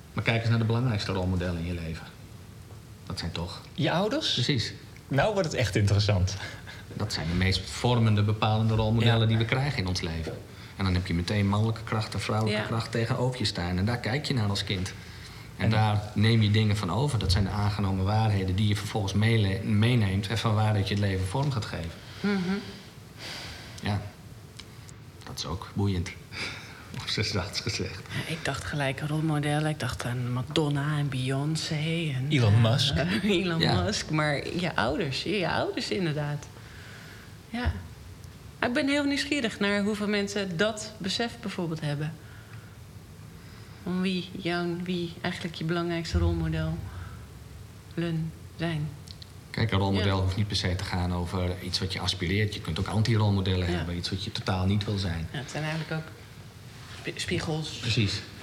Maar kijk eens naar de belangrijkste rolmodellen in je leven. Dat zijn toch... Je ouders? Precies. Nou wordt het echt interessant. Dat zijn de meest vormende, bepalende rolmodellen die we krijgen in ons leven. En dan heb je meteen mannelijke kracht en vrouwelijke kracht tegenover je staan. En daar kijk je naar als kind. En daar neem je dingen van over. Dat zijn de aangenomen waarheden die je vervolgens meeneemt... en van waaruit je het leven vorm gaat geven. Ja, dat is ook boeiend. Op z'n zachts gezegd. Ja, ik dacht gelijk aan rolmodellen. Ik dacht aan Madonna en Beyoncé. En, Elon Musk. Elon Musk. Maar je ouders inderdaad. Ja. Maar ik ben heel nieuwsgierig naar hoeveel mensen dat besef bijvoorbeeld hebben. Om wie eigenlijk je belangrijkste rolmodellen zijn. Kijk, een rolmodel hoeft niet per se te gaan over iets wat je aspireert. Je kunt ook anti-rolmodellen hebben, iets wat je totaal niet wil zijn. Ja, het zijn eigenlijk ook spiegels. Precies. Ja.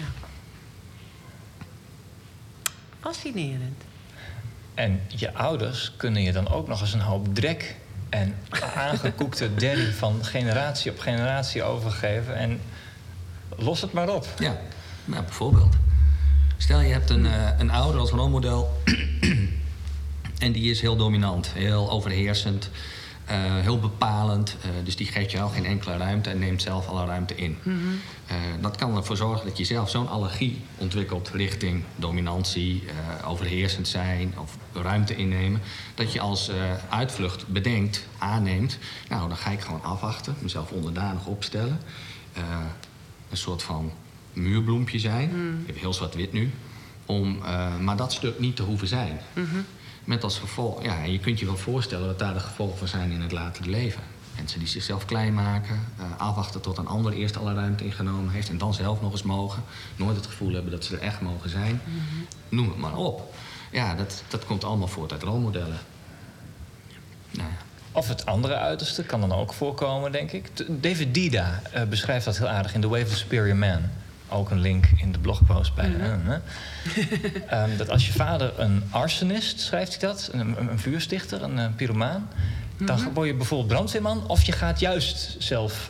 Fascinerend. En je ouders kunnen je dan ook nog eens een hoop drek en aangekoekte derrie van generatie op generatie overgeven. En los het maar op. Ja, nou, bijvoorbeeld. Stel je hebt een ouder als rolmodel en die is heel dominant, heel overheersend, heel bepalend. Dus die geeft jou geen enkele ruimte en neemt zelf alle ruimte in. Dat kan ervoor zorgen dat je zelf zo'n allergie ontwikkelt richting dominantie, overheersend zijn of ruimte innemen. Dat je als uitvlucht bedenkt, aanneemt, nou dan ga ik gewoon afwachten, mezelf onderdanig opstellen. Een soort van muurbloempje zijn. Ik heb heel zwart-wit nu. Maar dat stuk niet te hoeven zijn. Met als gevolg, ja, en je kunt je wel voorstellen wat daar de gevolgen van zijn in het latere leven. Mensen die zichzelf klein maken, afwachten tot een ander eerst alle ruimte ingenomen heeft en dan zelf nog eens mogen. Nooit het gevoel hebben dat ze er echt mogen zijn. Noem het maar op. Ja, dat komt allemaal voort uit rolmodellen. Nou ja. Of het andere uiterste kan dan ook voorkomen, denk ik. David Dida beschrijft dat heel aardig in The Way of the Superior Man. Ook een link in de blogpost bij dat als je vader een arsonist, schrijft hij dat, een vuurstichter, een pyromaan, dan word je bijvoorbeeld brandweerman, of je gaat juist zelf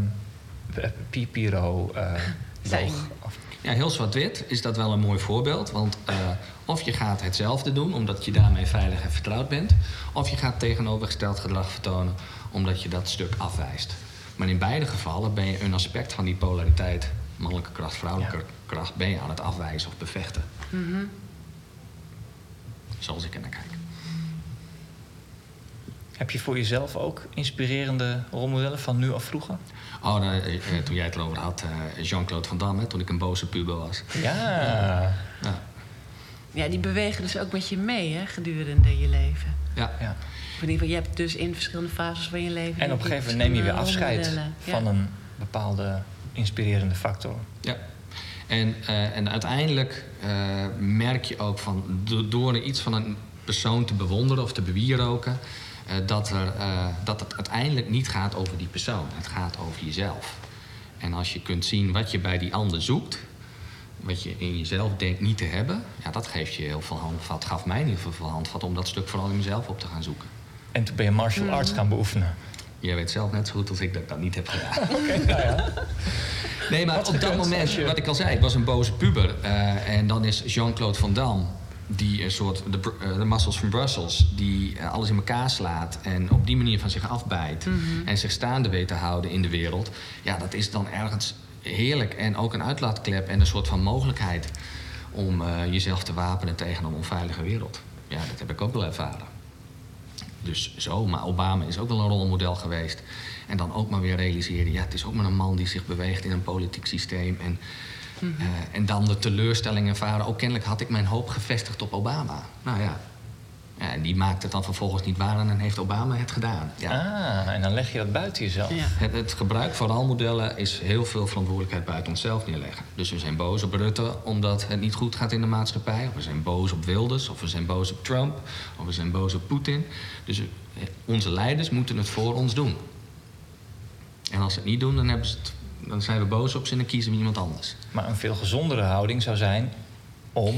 pyro zijn. Ja, heel zwart-wit is dat wel een mooi voorbeeld. Want of je gaat hetzelfde doen, omdat je daarmee veilig en vertrouwd bent, of je gaat tegenovergesteld gedrag vertonen, omdat je dat stuk afwijst. Maar in beide gevallen ben je een aspect van die polariteit, mannelijke kracht, vrouwelijke kracht, ben je aan het afwijzen of bevechten. Zoals ik er naar kijk. Heb je voor jezelf ook inspirerende rolmodellen van nu of vroeger? Toen jij het erover had, Jean-Claude Van Damme, toen ik een boze puber was. Ja. Ja, die bewegen dus ook met je mee, hè, gedurende je leven. Ja. Of in ieder geval, je hebt dus in verschillende fases van je leven... En op een gegeven moment neem je weer afscheid van een bepaalde inspirerende factor. Ja. En uiteindelijk merk je ook van, door iets van een persoon te bewonderen of te bewieroken, dat het uiteindelijk niet gaat over die persoon. Het gaat over jezelf. En als je kunt zien wat je bij die ander zoekt, wat je in jezelf denkt niet te hebben, ja, dat geeft je heel veel handvat. Gaf mij in ieder geval veel handvat om dat stuk vooral in mezelf op te gaan zoeken. En toen ben je martial arts gaan beoefenen. Jij weet zelf net zo goed als ik dat ik dat niet heb gedaan. Oké, nou ja. Nee, maar op dat moment, wat ik al zei, ik was een boze puber. En dan is Jean-Claude Van Damme, die een soort de Muscles from Brussels, die alles in elkaar slaat en op die manier van zich afbijt en zich staande weet te houden in de wereld. Ja, dat is dan ergens heerlijk en ook een uitlaatklep en een soort van mogelijkheid om jezelf te wapenen tegen een onveilige wereld. Ja, dat heb ik ook wel ervaren. Dus zo, maar Obama is ook wel een rolmodel geweest. En dan ook maar weer realiseren, ja, het is ook maar een man die zich beweegt in een politiek systeem. En dan de teleurstelling ervaren. Ook kennelijk had ik mijn hoop gevestigd op Obama. Nou ja. En die maakt het dan vervolgens niet waar en dan heeft Obama het gedaan. Ja. En dan leg je dat buiten jezelf. Ja. Het gebruik van rolmodellen is heel veel verantwoordelijkheid buiten onszelf neerleggen. Dus we zijn boos op Rutte omdat het niet goed gaat in de maatschappij. Of we zijn boos op Wilders, of we zijn boos op Trump, of we zijn boos op Poetin. Dus onze leiders moeten het voor ons doen. En als ze het niet doen, dan zijn we boos op ze en dan kiezen we iemand anders. Maar een veel gezondere houding zou zijn om...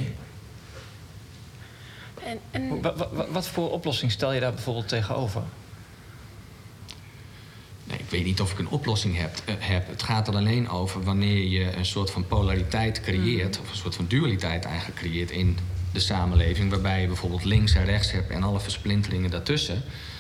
Wat voor oplossing stel je daar bijvoorbeeld tegenover? Nee, weet niet of ik een oplossing heb. Het gaat er alleen over wanneer je een soort van polariteit creëert, of een soort van dualiteit eigenlijk creëert in de samenleving, waarbij je bijvoorbeeld links en rechts hebt en alle versplinteringen daartussen.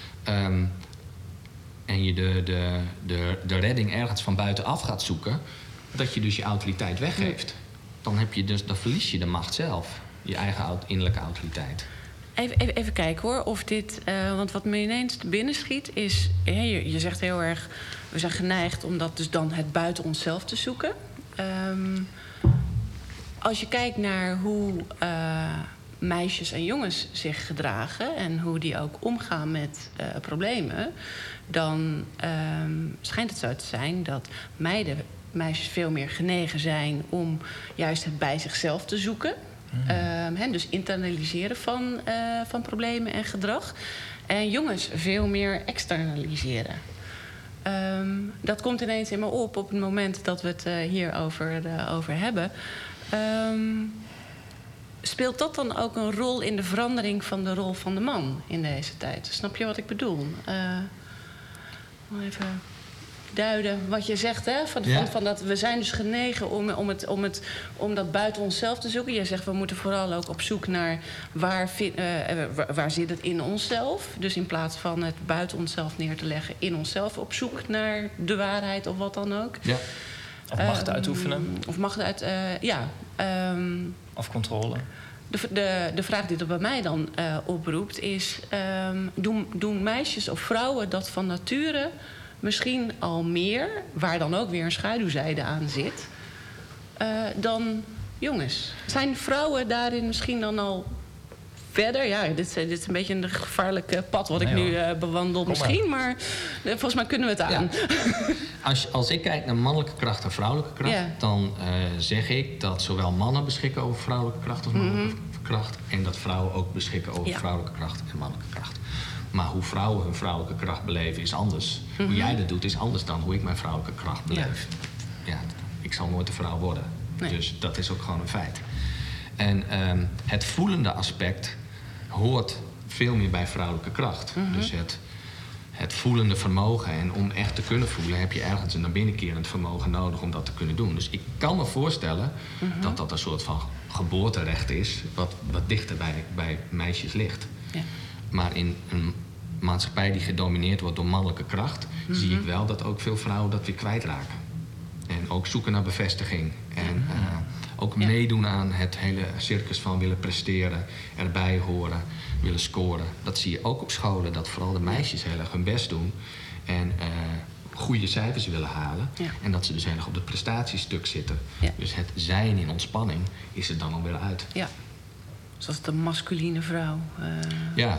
En je de redding ergens van buitenaf gaat zoeken, dat je dus je autoriteit weggeeft. Dan verlies je de macht zelf, je eigen innerlijke autoriteit. Even kijken hoor, of dit... want wat me ineens te binnen schiet is... Je zegt heel erg, we zijn geneigd om dat dus dan het buiten onszelf te zoeken. Als je kijkt naar hoe meisjes en jongens zich gedragen... en hoe die ook omgaan met problemen... dan schijnt het zo te zijn dat meisjes veel meer genegen zijn... om juist het bij zichzelf te zoeken... dus internaliseren van problemen en gedrag. En jongens veel meer externaliseren. Dat komt ineens in me op het moment dat we het hier over hebben. Speelt dat dan ook een rol in de verandering van de rol van de man in deze tijd? Snap je wat ik bedoel? Even duiden wat je zegt, hè? Van dat we zijn dus genegen om dat buiten onszelf te zoeken. Jij zegt, we moeten vooral ook op zoek naar waar zit het in onszelf. Dus in plaats van het buiten onszelf neer te leggen, in onszelf op zoek naar de waarheid of wat dan ook. Ja. Of macht uitoefenen. Of macht of controle. De vraag die er bij mij dan oproept is... doen meisjes of vrouwen dat van nature... misschien al meer, waar dan ook weer een schaduwzijde aan zit... dan jongens. Zijn vrouwen daarin misschien dan al verder? Ja, dit is een beetje een gevaarlijk pad wat ik nu bewandel misschien... maar volgens mij kunnen we het aan. Ja. Als ik kijk naar mannelijke kracht en vrouwelijke kracht... dan zeg ik dat zowel mannen beschikken over vrouwelijke kracht als mannelijke kracht... en dat vrouwen ook beschikken over vrouwelijke kracht en mannelijke kracht. Maar hoe vrouwen hun vrouwelijke kracht beleven is anders. Hoe jij dat doet is anders dan hoe ik mijn vrouwelijke kracht beleef. Ja, ik zal nooit een vrouw worden. Nee. Dus dat is ook gewoon een feit. En het voelende aspect hoort veel meer bij vrouwelijke kracht. Dus het voelende vermogen. En om echt te kunnen voelen heb je ergens een naar binnenkerend vermogen nodig om dat te kunnen doen. Dus ik kan me voorstellen dat dat een soort van geboorterecht is... wat dichter bij meisjes ligt. Ja. Maar in een maatschappij die gedomineerd wordt door mannelijke kracht... zie ik wel dat ook veel vrouwen dat weer kwijtraken. En ook zoeken naar bevestiging. En ook meedoen aan het hele circus van willen presteren... erbij horen, willen scoren. Dat zie je ook op scholen, dat vooral de meisjes heel erg hun best doen... en goede cijfers willen halen. Ja. En dat ze dus heel erg op het prestatiestuk zitten. Ja. Dus het zijn in ontspanning is er dan alweer uit. Ja. Zoals de masculine vrouw. Ja.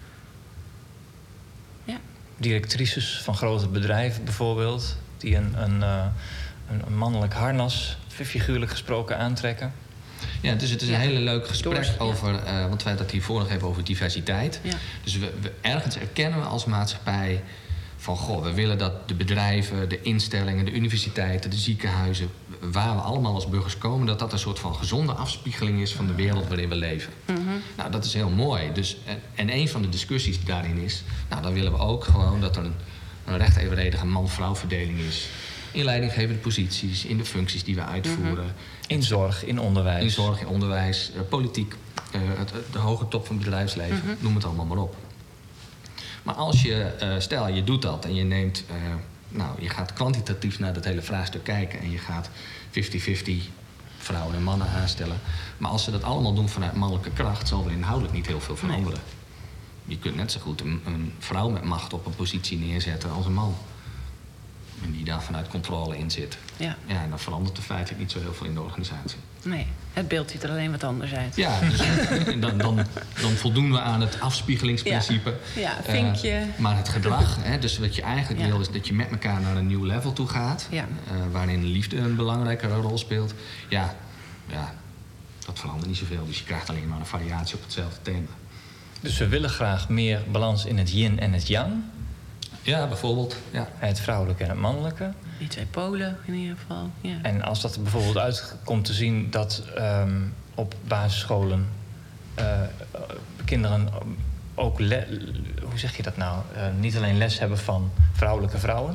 Directrices van grote bedrijven bijvoorbeeld... die een mannelijk harnas, figuurlijk gesproken, aantrekken. Ja, dus het is een hele leuk gesprek over... want wij hadden het hiervoor nog even over diversiteit. Ja. Dus ergens erkennen we als maatschappij... van goh, we willen dat de bedrijven, de instellingen, de universiteiten, de ziekenhuizen... waar we allemaal als burgers komen... dat een soort van gezonde afspiegeling is van de wereld waarin we leven. Nou, dat is heel mooi. Dus, en een van de discussies daarin is... nou, dan willen we ook gewoon dat er een recht evenredige man-vrouw verdeling is... in leidinggevende posities, in de functies die we uitvoeren. In zorg, in onderwijs. In zorg, in onderwijs, politiek, de hoge top van het bedrijfsleven. Noem het allemaal maar op. Maar als je, stel je doet dat en je neemt... je gaat kwantitatief naar dat hele vraagstuk kijken... en je gaat 50-50 vrouwen en mannen aanstellen. Maar als ze dat allemaal doen vanuit mannelijke kracht... zal er inhoudelijk niet heel veel veranderen. Nee. Je kunt net zo goed een vrouw met macht op een positie neerzetten als een man. En die daar vanuit controle in zit. Ja, en dan verandert er feitelijk niet zo heel veel in de organisatie. Nee, het beeld ziet er alleen wat anders uit. Ja, dus dan voldoen we aan het afspiegelingsprincipe. Ja, vinkje. Maar het gedrag, dus wat je eigenlijk wil... is dat je met elkaar naar een nieuw level toe gaat... waarin liefde een belangrijkere rol speelt. Ja, dat verandert niet zoveel. Dus je krijgt alleen maar een variatie op hetzelfde thema. Dus we willen graag meer balans in het yin en het yang... Ja, bijvoorbeeld. Ja. Het vrouwelijke en het mannelijke. Die twee polen in ieder geval. Ja. En als dat er bijvoorbeeld uitkomt te zien dat op basisscholen kinderen ook, hoe zeg je dat nou? Niet alleen les hebben van vrouwelijke vrouwen,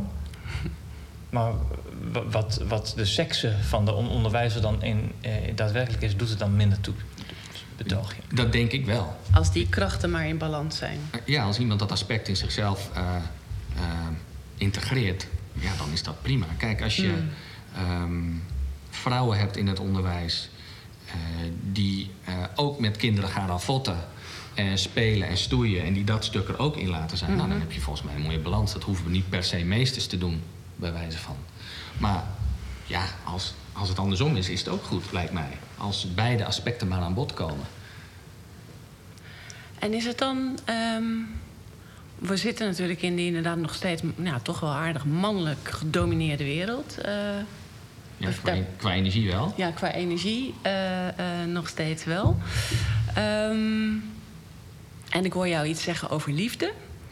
Maar wat de seksen van de onderwijzer dan daadwerkelijk is, doet het dan minder toe? Betoog je? Dat denk ik wel. Als die krachten maar in balans zijn. Ja, als iemand dat aspect in zichzelf integreert, ja, dan is dat prima. Kijk, als je vrouwen hebt in het onderwijs die ook met kinderen gaan ravotten en spelen en stoeien en die dat stuk er ook in laten zijn, nou, dan heb je volgens mij een mooie balans. Dat hoeven we niet per se meesters te doen, bij wijze van. Maar ja, als het andersom is het ook goed, lijkt mij. Als beide aspecten maar aan bod komen. En is het dan... we zitten natuurlijk in die inderdaad nog steeds... toch wel aardig mannelijk gedomineerde wereld. Ja, qua energie wel. Ja, qua energie nog steeds wel. En ik hoor jou iets zeggen over liefde.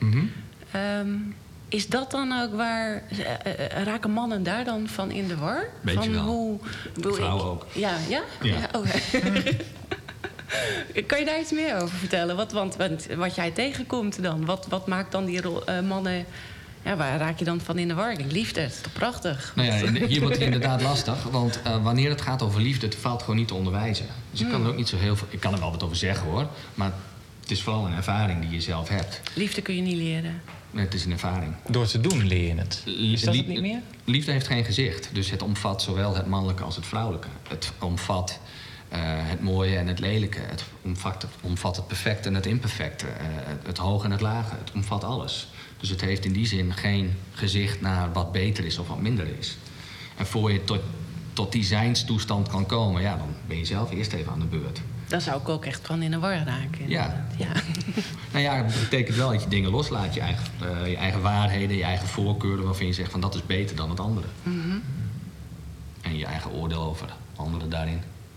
Is dat dan ook waar... raken mannen daar dan van in de war? Beetje van wel. Vrouwen ook. Ja? Okay. Kan je daar iets meer over vertellen? Wat jij tegenkomt dan? Wat maakt dan die mannen... Ja, waar raak je dan van in de war? Ik denk, liefde, dat is toch prachtig? Nou ja, hier wordt het inderdaad lastig. Want wanneer het gaat over liefde, het valt gewoon niet te onderwijzen. Dus ik kan er ook niet zo heel veel... Ik kan er wel wat over zeggen, hoor. Maar het is vooral een ervaring die je zelf hebt. Liefde kun je niet leren. Nee, het is een ervaring. Door te doen leer je het. Is dat het niet meer? Liefde heeft geen gezicht. Dus het omvat zowel het mannelijke als het vrouwelijke. Het omvat het mooie en het lelijke. Het omvat het perfecte en het imperfecte. Het hoge en het lage. Het omvat alles. Dus het heeft in die zin geen gezicht naar wat beter is of wat minder is. En voor je tot die zijnstoestand kan komen, ja, dan ben je zelf eerst even aan de beurt. Daar zou ik ook echt van in de war raken. Ja. Ja. Nou ja, het betekent wel dat je dingen loslaat. Je eigen waarheden, je eigen voorkeuren, waarvan je zegt van dat is beter dan het andere. En je eigen oordeel over anderen daarin.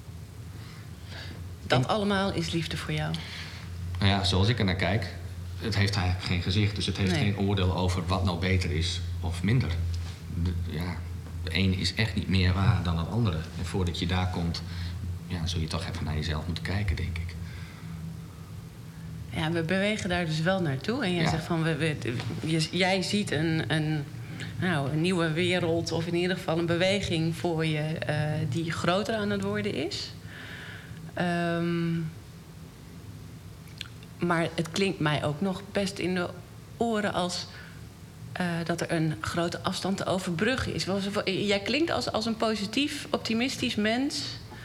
Dat allemaal is liefde voor jou? Nou ja, zoals ik er naar kijk, het heeft eigenlijk geen gezicht. Dus het heeft geen oordeel over wat nou beter is of minder. De ene is echt niet meer waar dan het andere. En voordat je daar komt, ja, zul je toch even naar jezelf moeten kijken, denk ik. Ja, we bewegen daar dus wel naartoe. En jij zegt van, jij ziet een nieuwe wereld, of in ieder geval een beweging voor je die groter aan het worden is. Maar het klinkt mij ook nog best in de oren als dat er een grote afstand te overbruggen is. Jij klinkt als een positief, optimistisch mens.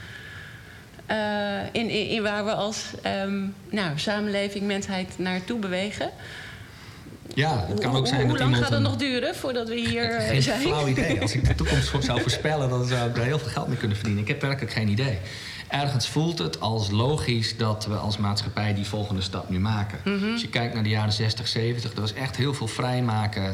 In waar we als samenleving, mensheid naartoe bewegen. Ja, het kan ook zijn dat iemand... Hoe lang gaat het nog duren voordat we hier geen zijn? Geen flauw idee. Als ik de toekomst zou voorspellen, dan zou ik daar heel veel geld mee kunnen verdienen. Ik heb werkelijk geen idee. Ergens voelt het als logisch dat we als maatschappij die volgende stap nu maken. Als je kijkt naar de jaren 60, 70, er was echt heel veel vrijmaken.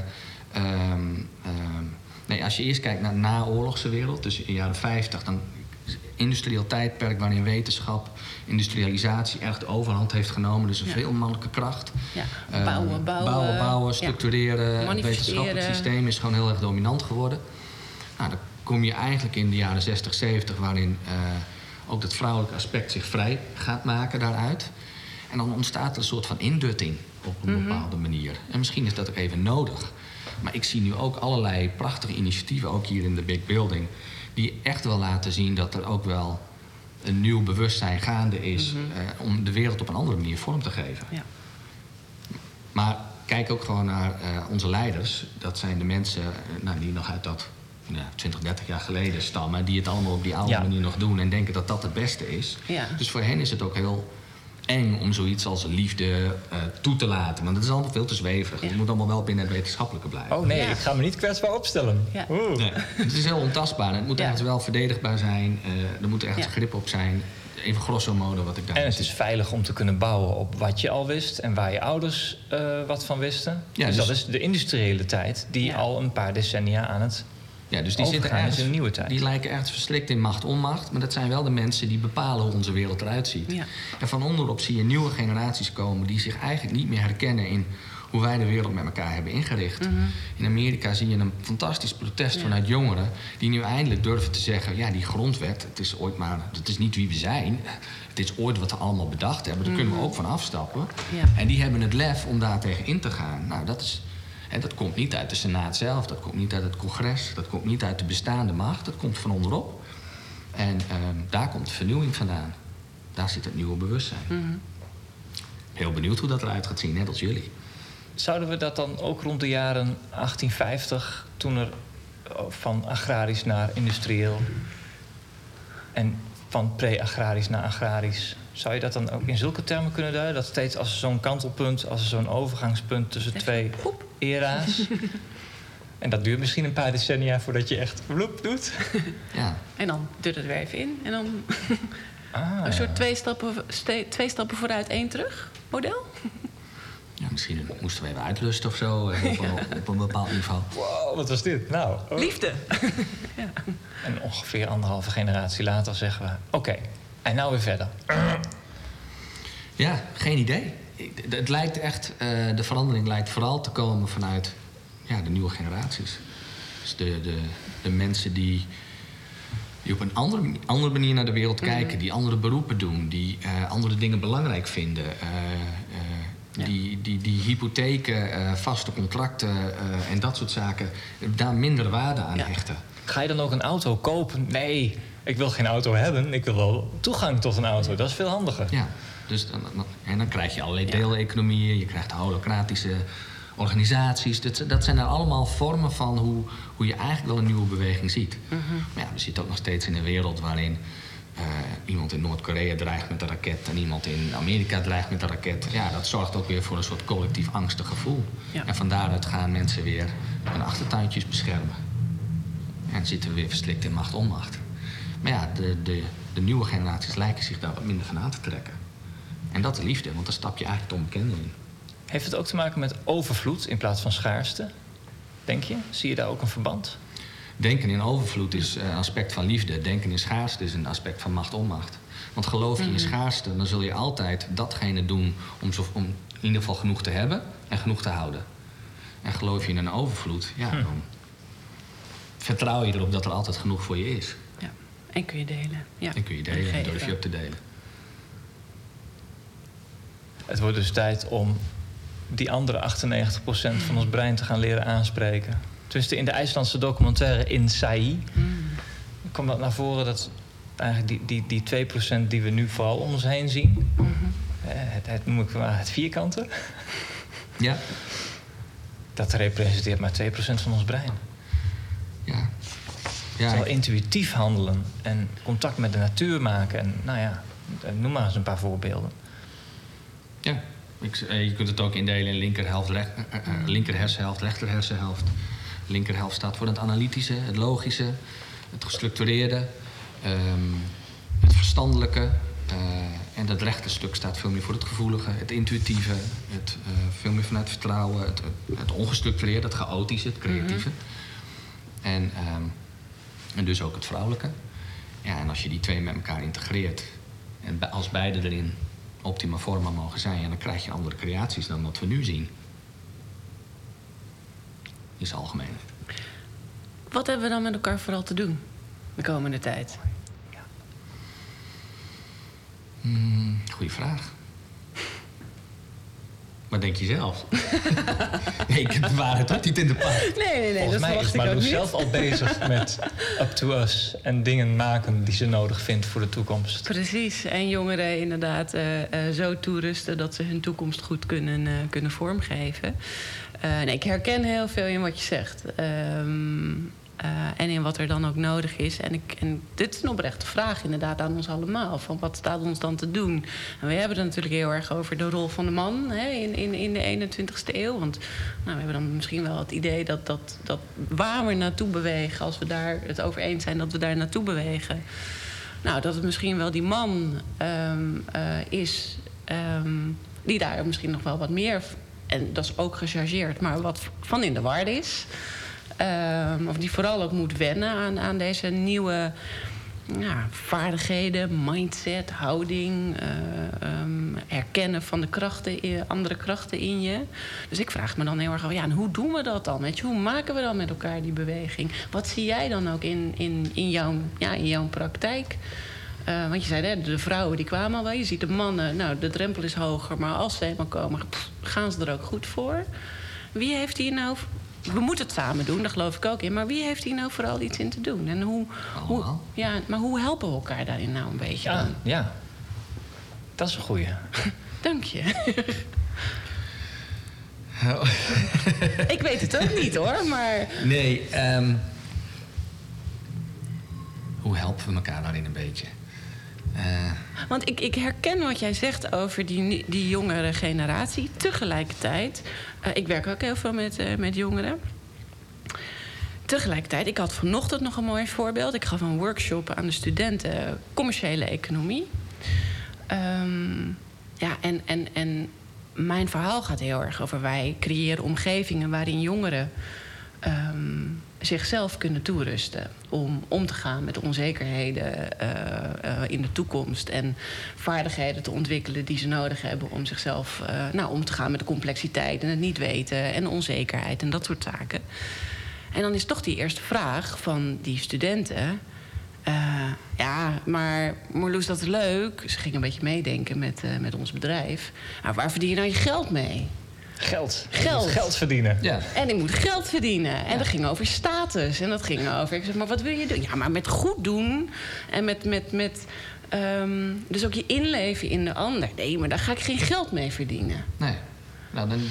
Als je eerst kijkt naar de naoorlogse wereld, dus in de jaren 50... dan industrieel tijdperk waarin wetenschap, industrialisatie echt de overhand heeft genomen. Dus een veel mannelijke kracht. Ja. Bouwen, structureren. Het wetenschappelijk systeem is gewoon heel erg dominant geworden. Nou, dan kom je eigenlijk in de jaren 60, 70... waarin ook dat vrouwelijke aspect zich vrij gaat maken daaruit. En dan ontstaat er een soort van indutting op een bepaalde manier. En misschien is dat ook even nodig. Maar ik zie nu ook allerlei prachtige initiatieven, ook hier in de Big Building, die echt wel laten zien dat er ook wel een nieuw bewustzijn gaande is om de wereld op een andere manier vorm te geven. Ja. Maar kijk ook gewoon naar onze leiders. Dat zijn de mensen die nog uit dat 20, 30 jaar geleden stammen, die het allemaal op die oude manier nog doen en denken dat dat het beste is. Ja. Dus voor hen is het ook heel eng om zoiets als liefde toe te laten. Want het is allemaal veel te zweverig. Het moet allemaal wel binnen het wetenschappelijke blijven. Oh nee, ik ga me niet kwetsbaar opstellen. Ja. Nee, het is heel ontastbaar. Het moet echt wel verdedigbaar zijn. Er moet echt grip op zijn. Even grosso modo wat ik daar. En het is veilig om te kunnen bouwen op wat je al wist en waar je ouders wat van wisten. Ja, dus dat is de industriële tijd die al een paar decennia aan het... Ja, dus die zitten ergens in een nieuwe tijd. Die lijken ergens verslikt in macht-onmacht. Maar dat zijn wel de mensen die bepalen hoe onze wereld eruit ziet. Ja. En van onderop zie je nieuwe generaties komen die zich eigenlijk niet meer herkennen in hoe wij de wereld met elkaar hebben ingericht. In Amerika zie je een fantastisch protest vanuit jongeren die nu eindelijk durven te zeggen, ja, die grondwet, het is niet wie we zijn. Het is ooit wat we allemaal bedacht hebben. Daar kunnen we ook van afstappen. Ja. En die hebben het lef om daar tegen in te gaan. Nou, dat is... En dat komt niet uit de Senaat zelf, dat komt niet uit het congres, dat komt niet uit de bestaande macht, dat komt van onderop. En daar komt de vernieuwing vandaan. Daar zit het nieuwe bewustzijn. Mm-hmm. Heel benieuwd hoe dat eruit gaat zien, net als jullie. Zouden we dat dan ook rond de jaren 1850, toen er van agrarisch naar industrieel en van pre-agrarisch naar agrarisch, zou je dat dan ook in zulke termen kunnen duiden? Dat steeds als zo'n kantelpunt, als zo'n overgangspunt tussen twee era's. En dat duurt misschien een paar decennia voordat je echt vloep doet. Ja. En dan duurt het weer even in. En dan een soort twee stappen vooruit, 1 terug model. Ja, misschien moesten we even uitlusten of zo, op een bepaald niveau. Wow, wat was dit? Nou, Liefde. Ja. En ongeveer 1,5 generatie later zeggen we, oké, en nou weer verder. Ja, geen idee. Het lijkt echt, de verandering lijkt vooral te komen vanuit de nieuwe generaties. Dus de mensen die op een andere manier naar de wereld kijken, die andere beroepen doen, die andere dingen belangrijk vinden. Die hypotheken, vaste contracten en dat soort zaken, daar minder waarde aan hechten. Ga je dan ook een auto kopen? Nee, ik wil geen auto hebben. Ik wil wel toegang tot een auto. Dat is veel handiger. Ja, dus dan krijg je allerlei deeleconomieën. Je krijgt holocratische organisaties. Dat zijn nou allemaal vormen van hoe je eigenlijk wel een nieuwe beweging ziet. Mm-hmm. Maar ja, we zitten ook nog steeds in een wereld waarin iemand in Noord-Korea dreigt met een raket en iemand in Amerika dreigt met een raket. Ja, dat zorgt ook weer voor een soort collectief angstig gevoel. Ja. En van daaruit gaan mensen weer hun achtertuintjes beschermen. En zitten we weer verstrikt in macht-onmacht. Maar ja, de nieuwe generaties lijken zich daar wat minder van aan te trekken. En dat is liefde, want dan stap je eigenlijk het onbekende in. Heeft het ook te maken met overvloed in plaats van schaarste? Denk je? Zie je daar ook een verband? Denken in overvloed is een aspect van liefde. Denken in schaarste is een aspect van macht-onmacht. Want geloof je in schaarste, dan zul je altijd datgene doen om in ieder geval genoeg te hebben en genoeg te houden. En geloof je in een overvloed, dan vertrouw je erop dat er altijd genoeg voor je is. Ja, en kun je delen. Ja. En kun je delen en durf je ook te delen. Het wordt dus tijd om die andere 98% van ons brein te gaan leren aanspreken. Tenminste, in de IJslandse documentaire Inside komt dat naar voren dat eigenlijk die 2% die we nu vooral om ons heen zien, het noem ik maar het vierkante, dat representeert maar 2% van ons brein. Ja. Terwijl intuïtief handelen en contact met de natuur maken en noem maar eens een paar voorbeelden. Ja, je kunt het ook indelen in linker hersenhelft, rechter hersenhelft. Linkerhelft staat voor het analytische, het logische, het gestructureerde, het verstandelijke. En dat rechterstuk staat veel meer voor het gevoelige, het intuïtieve, veel meer vanuit vertrouwen, het ongestructureerde, het chaotische, het creatieve. En dus ook het vrouwelijke. Ja, en als je die twee met elkaar integreert en als beide erin optima forma mogen zijn, dan krijg je andere creaties dan wat we nu zien. Is algemeen. Wat hebben we dan met elkaar vooral te doen de komende tijd? Goeie vraag. Wat denk je zelf? Nee, ik heb de waarheid ook niet in de pan. Nee, volgens mij is Marloes zelf al bezig met Up to Us en dingen maken die ze nodig vindt voor de toekomst. Precies, en jongeren inderdaad zo toerusten dat ze hun toekomst goed kunnen vormgeven. Ik herken heel veel in wat je zegt. En in wat er dan ook nodig is. En dit is een oprechte vraag inderdaad aan ons allemaal. Van wat staat ons dan te doen? En we hebben het natuurlijk heel erg over de rol van de man in de 21ste eeuw. Want we hebben dan misschien wel het idee dat waar we naartoe bewegen, als we daar het over eens zijn dat we daar naartoe bewegen, dat het misschien wel die man is die daar misschien nog wel wat meer, en dat is ook gechargeerd, maar wat van in de war is. Of die vooral ook moet wennen aan deze nieuwe vaardigheden, mindset, houding, herkennen van de andere krachten in je. Dus ik vraag me dan heel erg af, en hoe doen we dat dan? Weet je, hoe maken we dan met elkaar die beweging? Wat zie jij dan ook in jouw praktijk? Want je zei, de vrouwen die kwamen al wel. Je ziet de mannen, de drempel is hoger, maar als ze eenmaal komen, gaan ze er ook goed voor. wie heeft hier nou... We moeten het samen doen, daar geloof ik ook in. Maar wie heeft hier nou vooral iets in te doen? En hoe helpen we elkaar daarin nou een beetje dan? Ja, dat is een goeie. Dank je. Ik weet het ook niet, hoor, maar... Nee, hoe helpen we elkaar daarin een beetje? Want ik herken wat jij zegt over die jongere generatie. Tegelijkertijd, ik werk ook heel veel met jongeren. Tegelijkertijd, ik had vanochtend nog een mooi voorbeeld. Ik gaf een workshop aan de studenten commerciële economie. En mijn verhaal gaat heel erg over... wij creëren omgevingen waarin jongeren... zichzelf kunnen toerusten om te gaan met onzekerheden in de toekomst... en vaardigheden te ontwikkelen die ze nodig hebben... om zichzelf om te gaan met de complexiteit en het niet weten... en de onzekerheid en dat soort zaken. En dan is toch die eerste vraag van die studenten... maar Marloes, dat is leuk. Ze ging een beetje meedenken met ons bedrijf. Maar waar verdien je nou je geld mee? Geld verdienen. Ja. En ik moet geld verdienen. En dat ging over status. En dat ging over... Ik zeg, maar wat wil je doen? Ja, maar met goed doen. En dus ook je inleven in de ander. Nee, maar daar ga ik geen geld mee verdienen. Nee. Nou, dan...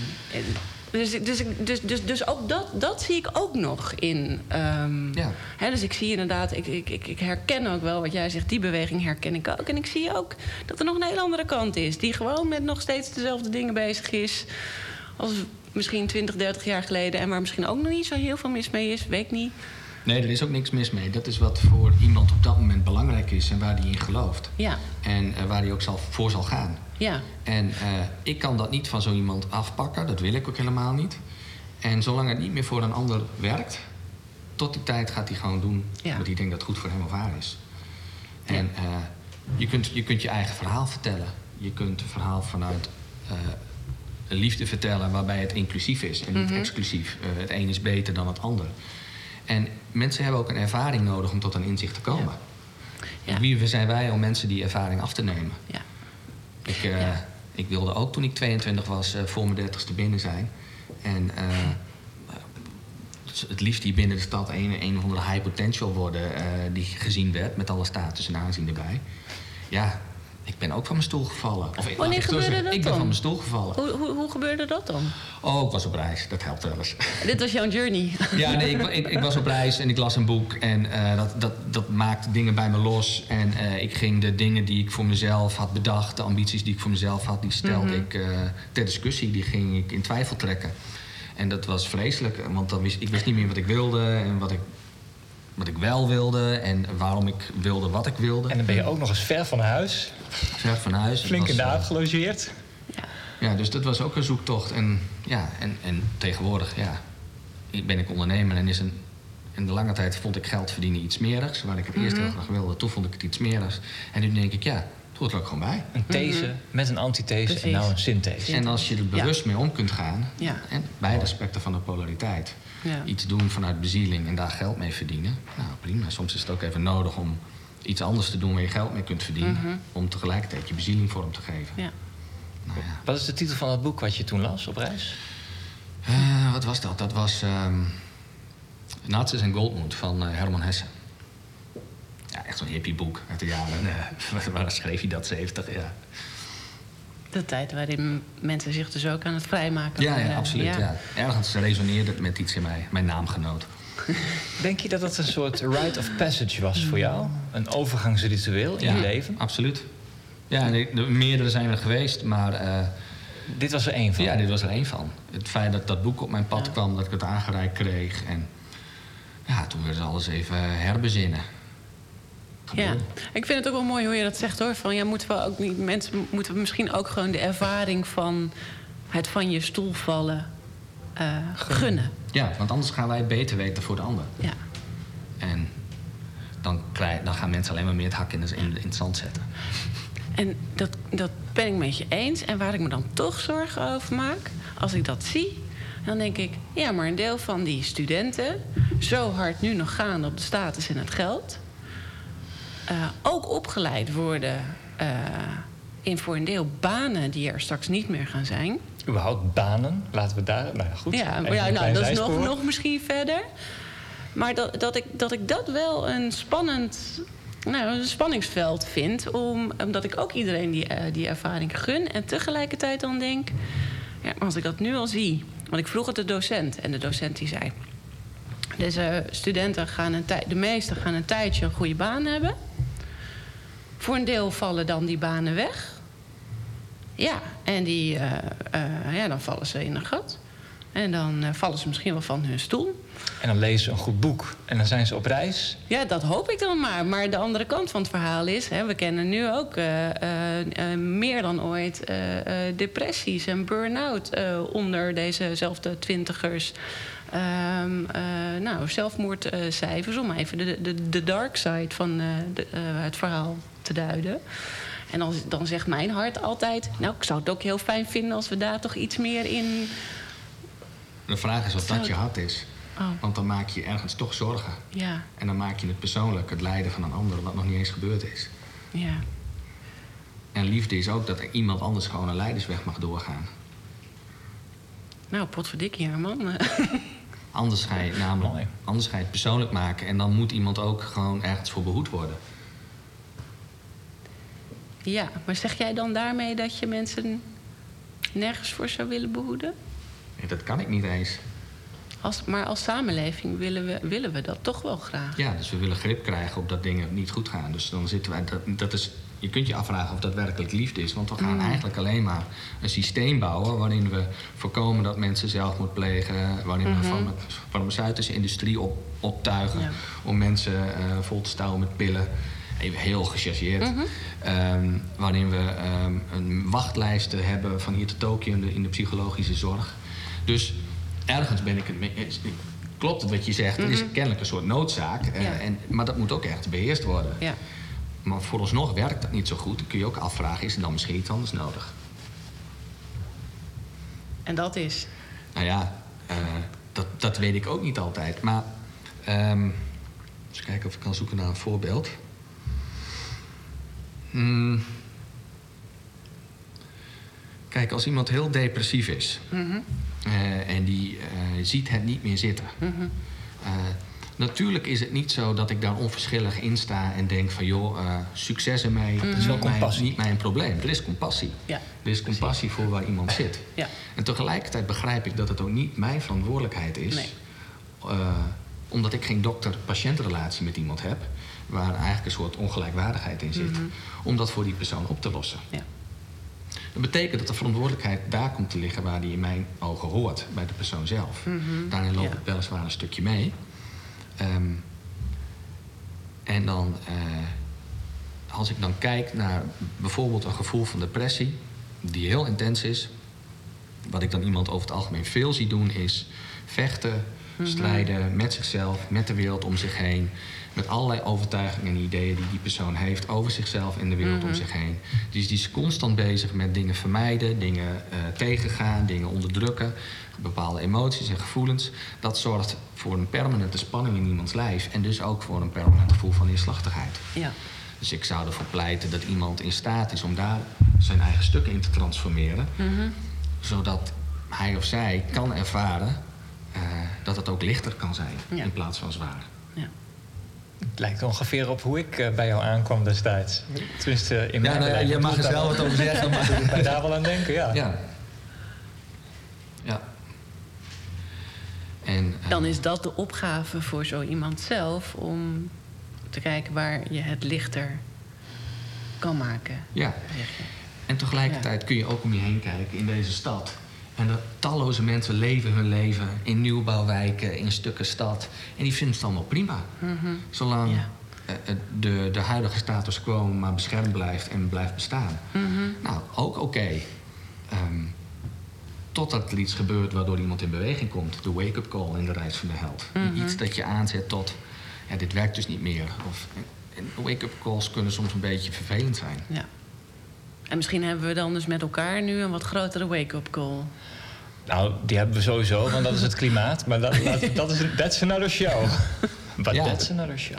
Dus ook dat zie ik ook nog in. Dus ik zie inderdaad... Ik herken ook wel wat jij zegt. Die beweging herken ik ook. En ik zie ook dat er nog een hele andere kant is. Die gewoon met nog steeds dezelfde dingen bezig is... als misschien 20, 30 jaar geleden... en waar misschien ook nog niet zo heel veel mis mee is, weet ik niet. Nee, er is ook niks mis mee. Dat is wat voor iemand op dat moment belangrijk is... en waar die in gelooft. Ja. En waar die ook voor zal gaan. Ja. En ik kan dat niet van zo iemand afpakken. Dat wil ik ook helemaal niet. En zolang het niet meer voor een ander werkt... tot die tijd gaat hij gewoon doen... wat hij denkt dat goed voor hem of haar is. Ja. En je kunt je eigen verhaal vertellen. Je kunt een verhaal vanuit... liefde vertellen waarbij het inclusief is en niet exclusief. Het een is beter dan het ander. En mensen hebben ook een ervaring nodig om tot een inzicht te komen. Ja. En wie zijn wij om mensen die ervaring af te nemen? Ja. Ik wilde ook toen ik 22 was voor mijn 30ste binnen zijn. En het liefst hier binnen de stad een of andere high potential worden... die gezien werd met alle status en aanzien erbij. Ja... Ik ben ook van mijn stoel gevallen. Wanneer gebeurde dat dan? Ik ben van mijn stoel gevallen. Hoe gebeurde dat dan? Oh, ik was op reis. Dat helpt wel eens. Dit was jouw journey? Ja, nee, ik was op reis en ik las een boek. En dat maakte dingen bij me los. En ik ging de dingen die ik voor mezelf had bedacht... de ambities die ik voor mezelf had... die stelde ik ter discussie. Die ging ik in twijfel trekken. En dat was vreselijk. Want ik wist niet meer wat ik wilde en wat ik wel wilde en waarom ik wilde wat ik wilde. En dan ben je ook nog eens ver van huis. Ver van huis. Flink in de aard gelogeerd. Ja, dus dat was ook een zoektocht. En tegenwoordig, ben ik ondernemer en in de lange tijd vond ik geld verdienen iets smerigs. Waar ik het eerst heel graag wilde. Toen vond ik het iets smerigs. En nu denk ik, het hoort er ook gewoon bij. Een these met een antithese. Precies. En nou een synthese. En als je er bewust mee om kunt gaan... en beide aspecten van de polariteit... iets doen vanuit bezieling en daar geld mee verdienen... nou, prima. Soms is het ook even nodig om iets anders te doen... waar je geld mee kunt verdienen... om tegelijkertijd je bezieling vorm te geven. Ja. Nou, ja. Wat is de titel van het boek wat je toen las op reis? Wat was dat? Dat was Nazis en Goldmoed van Herman Hesse. Ja, echt zo'n hippieboek uit de jaren... waar schreef hij dat? 70, ja. De tijd waarin mensen zich dus ook aan het vrijmaken waren. Ja, absoluut. Ja. Ergens resoneerde het met iets in mij, mijn naamgenoot. Denk je dat het een soort rite of passage was voor jou? Een overgangsritueel in je leven? Absoluut. Ja, meerdere zijn er geweest, maar... dit was er één van? Ja, dit was er één van. Het feit dat dat boek op mijn pad kwam, dat ik het aangereikt kreeg. En toen werd alles even herbezinnen. Ja, ik vind het ook wel mooi hoe je dat zegt, hoor. Van, mensen moeten misschien ook gewoon de ervaring van het van je stoel vallen gunnen. Ja, want anders gaan wij het beter weten voor de ander. Ja. En dan gaan mensen alleen maar meer het hak in het zand zetten. En dat ben ik met je eens. En waar ik me dan toch zorgen over maak, als ik dat zie... dan denk ik, maar een deel van die studenten... zo hard nu nog gaan op de status en het geld... ook opgeleid worden in voor een deel banen die er straks niet meer gaan zijn. überhaupt banen, laten we daar... Nou ja, goed. Ja, maar dat is nog misschien verder. Maar dat ik dat wel een spanningsveld vind. Omdat ik ook iedereen die ervaring gun. En tegelijkertijd dan denk... Ja, als ik dat nu al zie... Want ik vroeg het de docent. En de docent die zei... Deze studenten de meesten gaan een tijdje een goede baan hebben. Voor een deel vallen dan die banen weg. Ja, en dan vallen ze in een gat. En dan vallen ze misschien wel van hun stoel. En dan lezen ze een goed boek. En dan zijn ze op reis. Ja, dat hoop ik dan maar. Maar de andere kant van het verhaal is... we kennen nu ook meer dan ooit depressies en burn-out... onder dezezelfde twintigers. Zelfmoordcijfers... om even de dark side van het verhaal te duiden. En dan zegt mijn hart altijd... nou, ik zou het ook heel fijn vinden... als we daar toch iets meer in... De vraag is of dat je hart is. Oh. Want dan maak je ergens toch zorgen. Ja. En dan maak je het persoonlijk, het lijden van een ander... wat nog niet eens gebeurd is. Ja. En liefde is ook dat er iemand anders gewoon een leidersweg mag doorgaan. Nou, potverdikkie, man. Anders ga je het persoonlijk maken... en dan moet iemand ook gewoon ergens voor behoed worden. Ja, maar zeg jij dan daarmee dat je mensen nergens voor zou willen behoeden? Nee, dat kan ik niet eens. Maar als samenleving willen we dat toch wel graag. Ja, dus we willen grip krijgen op dat dingen niet goed gaan. Dus dan zitten wij... Je kunt je afvragen of dat werkelijk liefde is. Want we gaan eigenlijk alleen maar een systeem bouwen... waarin we voorkomen dat mensen zelfmoord plegen... waarin we van de farmaceutische industrie optuigen... om mensen vol te stouwen met pillen... Even heel gechargeerd. Waarin we een wachtlijsten hebben van hier tot Tokio in de psychologische zorg. Dus ergens ben ik het mee eens. Klopt het wat je zegt. Er is kennelijk een soort noodzaak. Maar dat moet ook echt beheerst worden. Ja. Maar vooralsnog werkt dat niet zo goed. Dan kun je ook afvragen, is er dan misschien iets anders nodig? En dat is? Nou ja, dat weet ik ook niet altijd. Maar eens kijken of ik kan zoeken naar een voorbeeld. Kijk, als iemand heel depressief is... en die ziet het niet meer zitten... natuurlijk is het niet zo dat ik daar onverschillig in sta... en denk van, joh, succes ermee. Dat is wel niet mijn probleem. Er is compassie. Ja, er is compassie voor waar iemand zit. Ja. En tegelijkertijd begrijp ik dat het ook niet mijn verantwoordelijkheid is... Nee. Omdat ik geen dokter-patiëntrelatie met iemand heb... waar eigenlijk een soort ongelijkwaardigheid in zit... om dat voor die persoon op te lossen. Ja. Dat betekent dat de verantwoordelijkheid daar komt te liggen... waar die in mijn ogen hoort, bij de persoon zelf. Daarin loop ik weliswaar een stukje mee. En dan, als ik dan kijk naar bijvoorbeeld een gevoel van depressie... die heel intens is... wat ik dan iemand over het algemeen veel zie doen is... vechten, strijden met zichzelf, met de wereld om zich heen... met allerlei overtuigingen en ideeën die persoon heeft... over zichzelf en de wereld om zich heen. Dus die is constant bezig met dingen vermijden... dingen tegengaan, dingen onderdrukken... bepaalde emoties en gevoelens. Dat zorgt voor een permanente spanning in iemands lijf... en dus ook voor een permanent gevoel van neerslachtigheid. Ja. Dus ik zou ervoor pleiten dat iemand in staat is... om daar zijn eigen stukken in te transformeren... zodat hij of zij kan ervaren... dat het ook lichter kan zijn in plaats van zwaar. Ja. Het lijkt ongeveer op hoe ik bij jou aankwam destijds. Tenminste, in mijn je mag er zelf wat over zeggen. Maar ik ben daar wel aan denken, ja. En, dan is dat de opgave voor zo iemand zelf... om te kijken waar je het lichter kan maken. Ja. En tegelijkertijd kun je ook om je heen kijken in deze stad... En talloze mensen leven hun leven in nieuwbouwwijken, in stukken stad. En die vinden het allemaal prima. Zolang de huidige status quo maar beschermd blijft en blijft bestaan. Nou, ook oké. Totdat er iets gebeurt waardoor iemand in beweging komt. De wake-up call in de reis van de held. Iets dat je aanzet tot, dit werkt dus niet meer. Wake-up calls kunnen soms een beetje vervelend zijn. Ja. En misschien hebben we dan dus met elkaar nu een wat grotere wake-up call. Nou, die hebben we sowieso, want dat is het klimaat. Maar that's another show. But that's another show.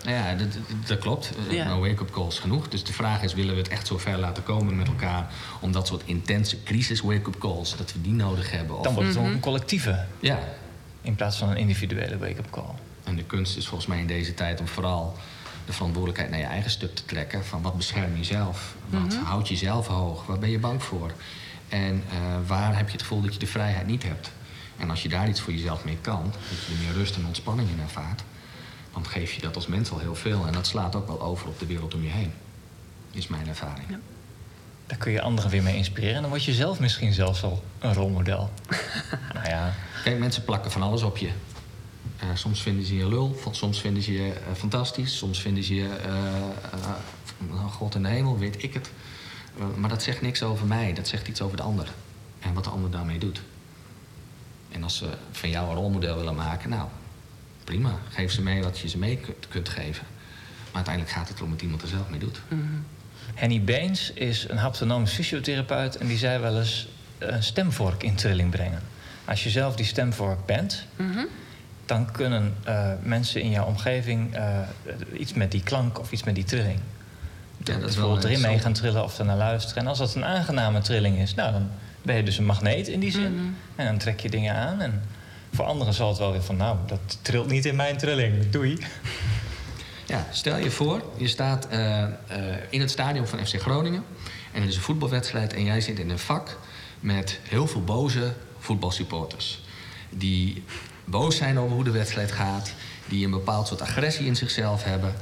Nou ja, dat klopt. Een wake-up call is genoeg. Dus de vraag is, willen we het echt zo ver laten komen met elkaar... om dat soort intense crisis-wake-up calls, dat we die nodig hebben? Of... Dan wordt het ook een collectieve. Ja. In plaats van een individuele wake-up call. En de kunst is volgens mij in deze tijd om vooral de verantwoordelijkheid naar je eigen stuk te trekken. Van wat bescherm je zelf? Wat houdt je zelf hoog? Waar ben je bang voor? En waar heb je het gevoel dat je de vrijheid niet hebt? En als je daar iets voor jezelf mee kan, dat je er meer rust en ontspanning in ervaart... dan geef je dat als mens al heel veel. En dat slaat ook wel over op de wereld om je heen. Is mijn ervaring. Ja. Daar kun je anderen weer mee inspireren. En dan word je zelf misschien zelfs al een rolmodel. Nou ja. Kijk, mensen plakken van alles op je. Soms vinden ze je lul. Soms vinden ze je fantastisch. Soms vinden ze je... God in de hemel, weet ik het. Maar dat zegt niks over mij. Dat zegt iets over de ander. En wat de ander daarmee doet. En als ze van jou een rolmodel willen maken... nou, prima. Geef ze mee wat je ze mee kunt geven. Maar uiteindelijk gaat het erom wat iemand er zelf mee doet. Henny Beens is een haptonomisch fysiotherapeut... en die zei wel eens een stemvork in trilling brengen. Als je zelf die stemvork bent... dan kunnen mensen in jouw omgeving iets met die klank of iets met die trilling. Ja, dat is bijvoorbeeld erin mee gaan trillen of er naar luisteren. En als dat een aangename trilling is, nou, dan ben je dus een magneet in die zin. En dan trek je dingen aan. En voor anderen zal het wel weer van, nou, dat trilt niet in mijn trilling. Doei. Ja, stel je voor, je staat in het stadion van FC Groningen... en het is een voetbalwedstrijd en jij zit in een vak... met heel veel boze voetbalsupporters. Die boos zijn over hoe de wedstrijd gaat... die een bepaald soort agressie in zichzelf hebben...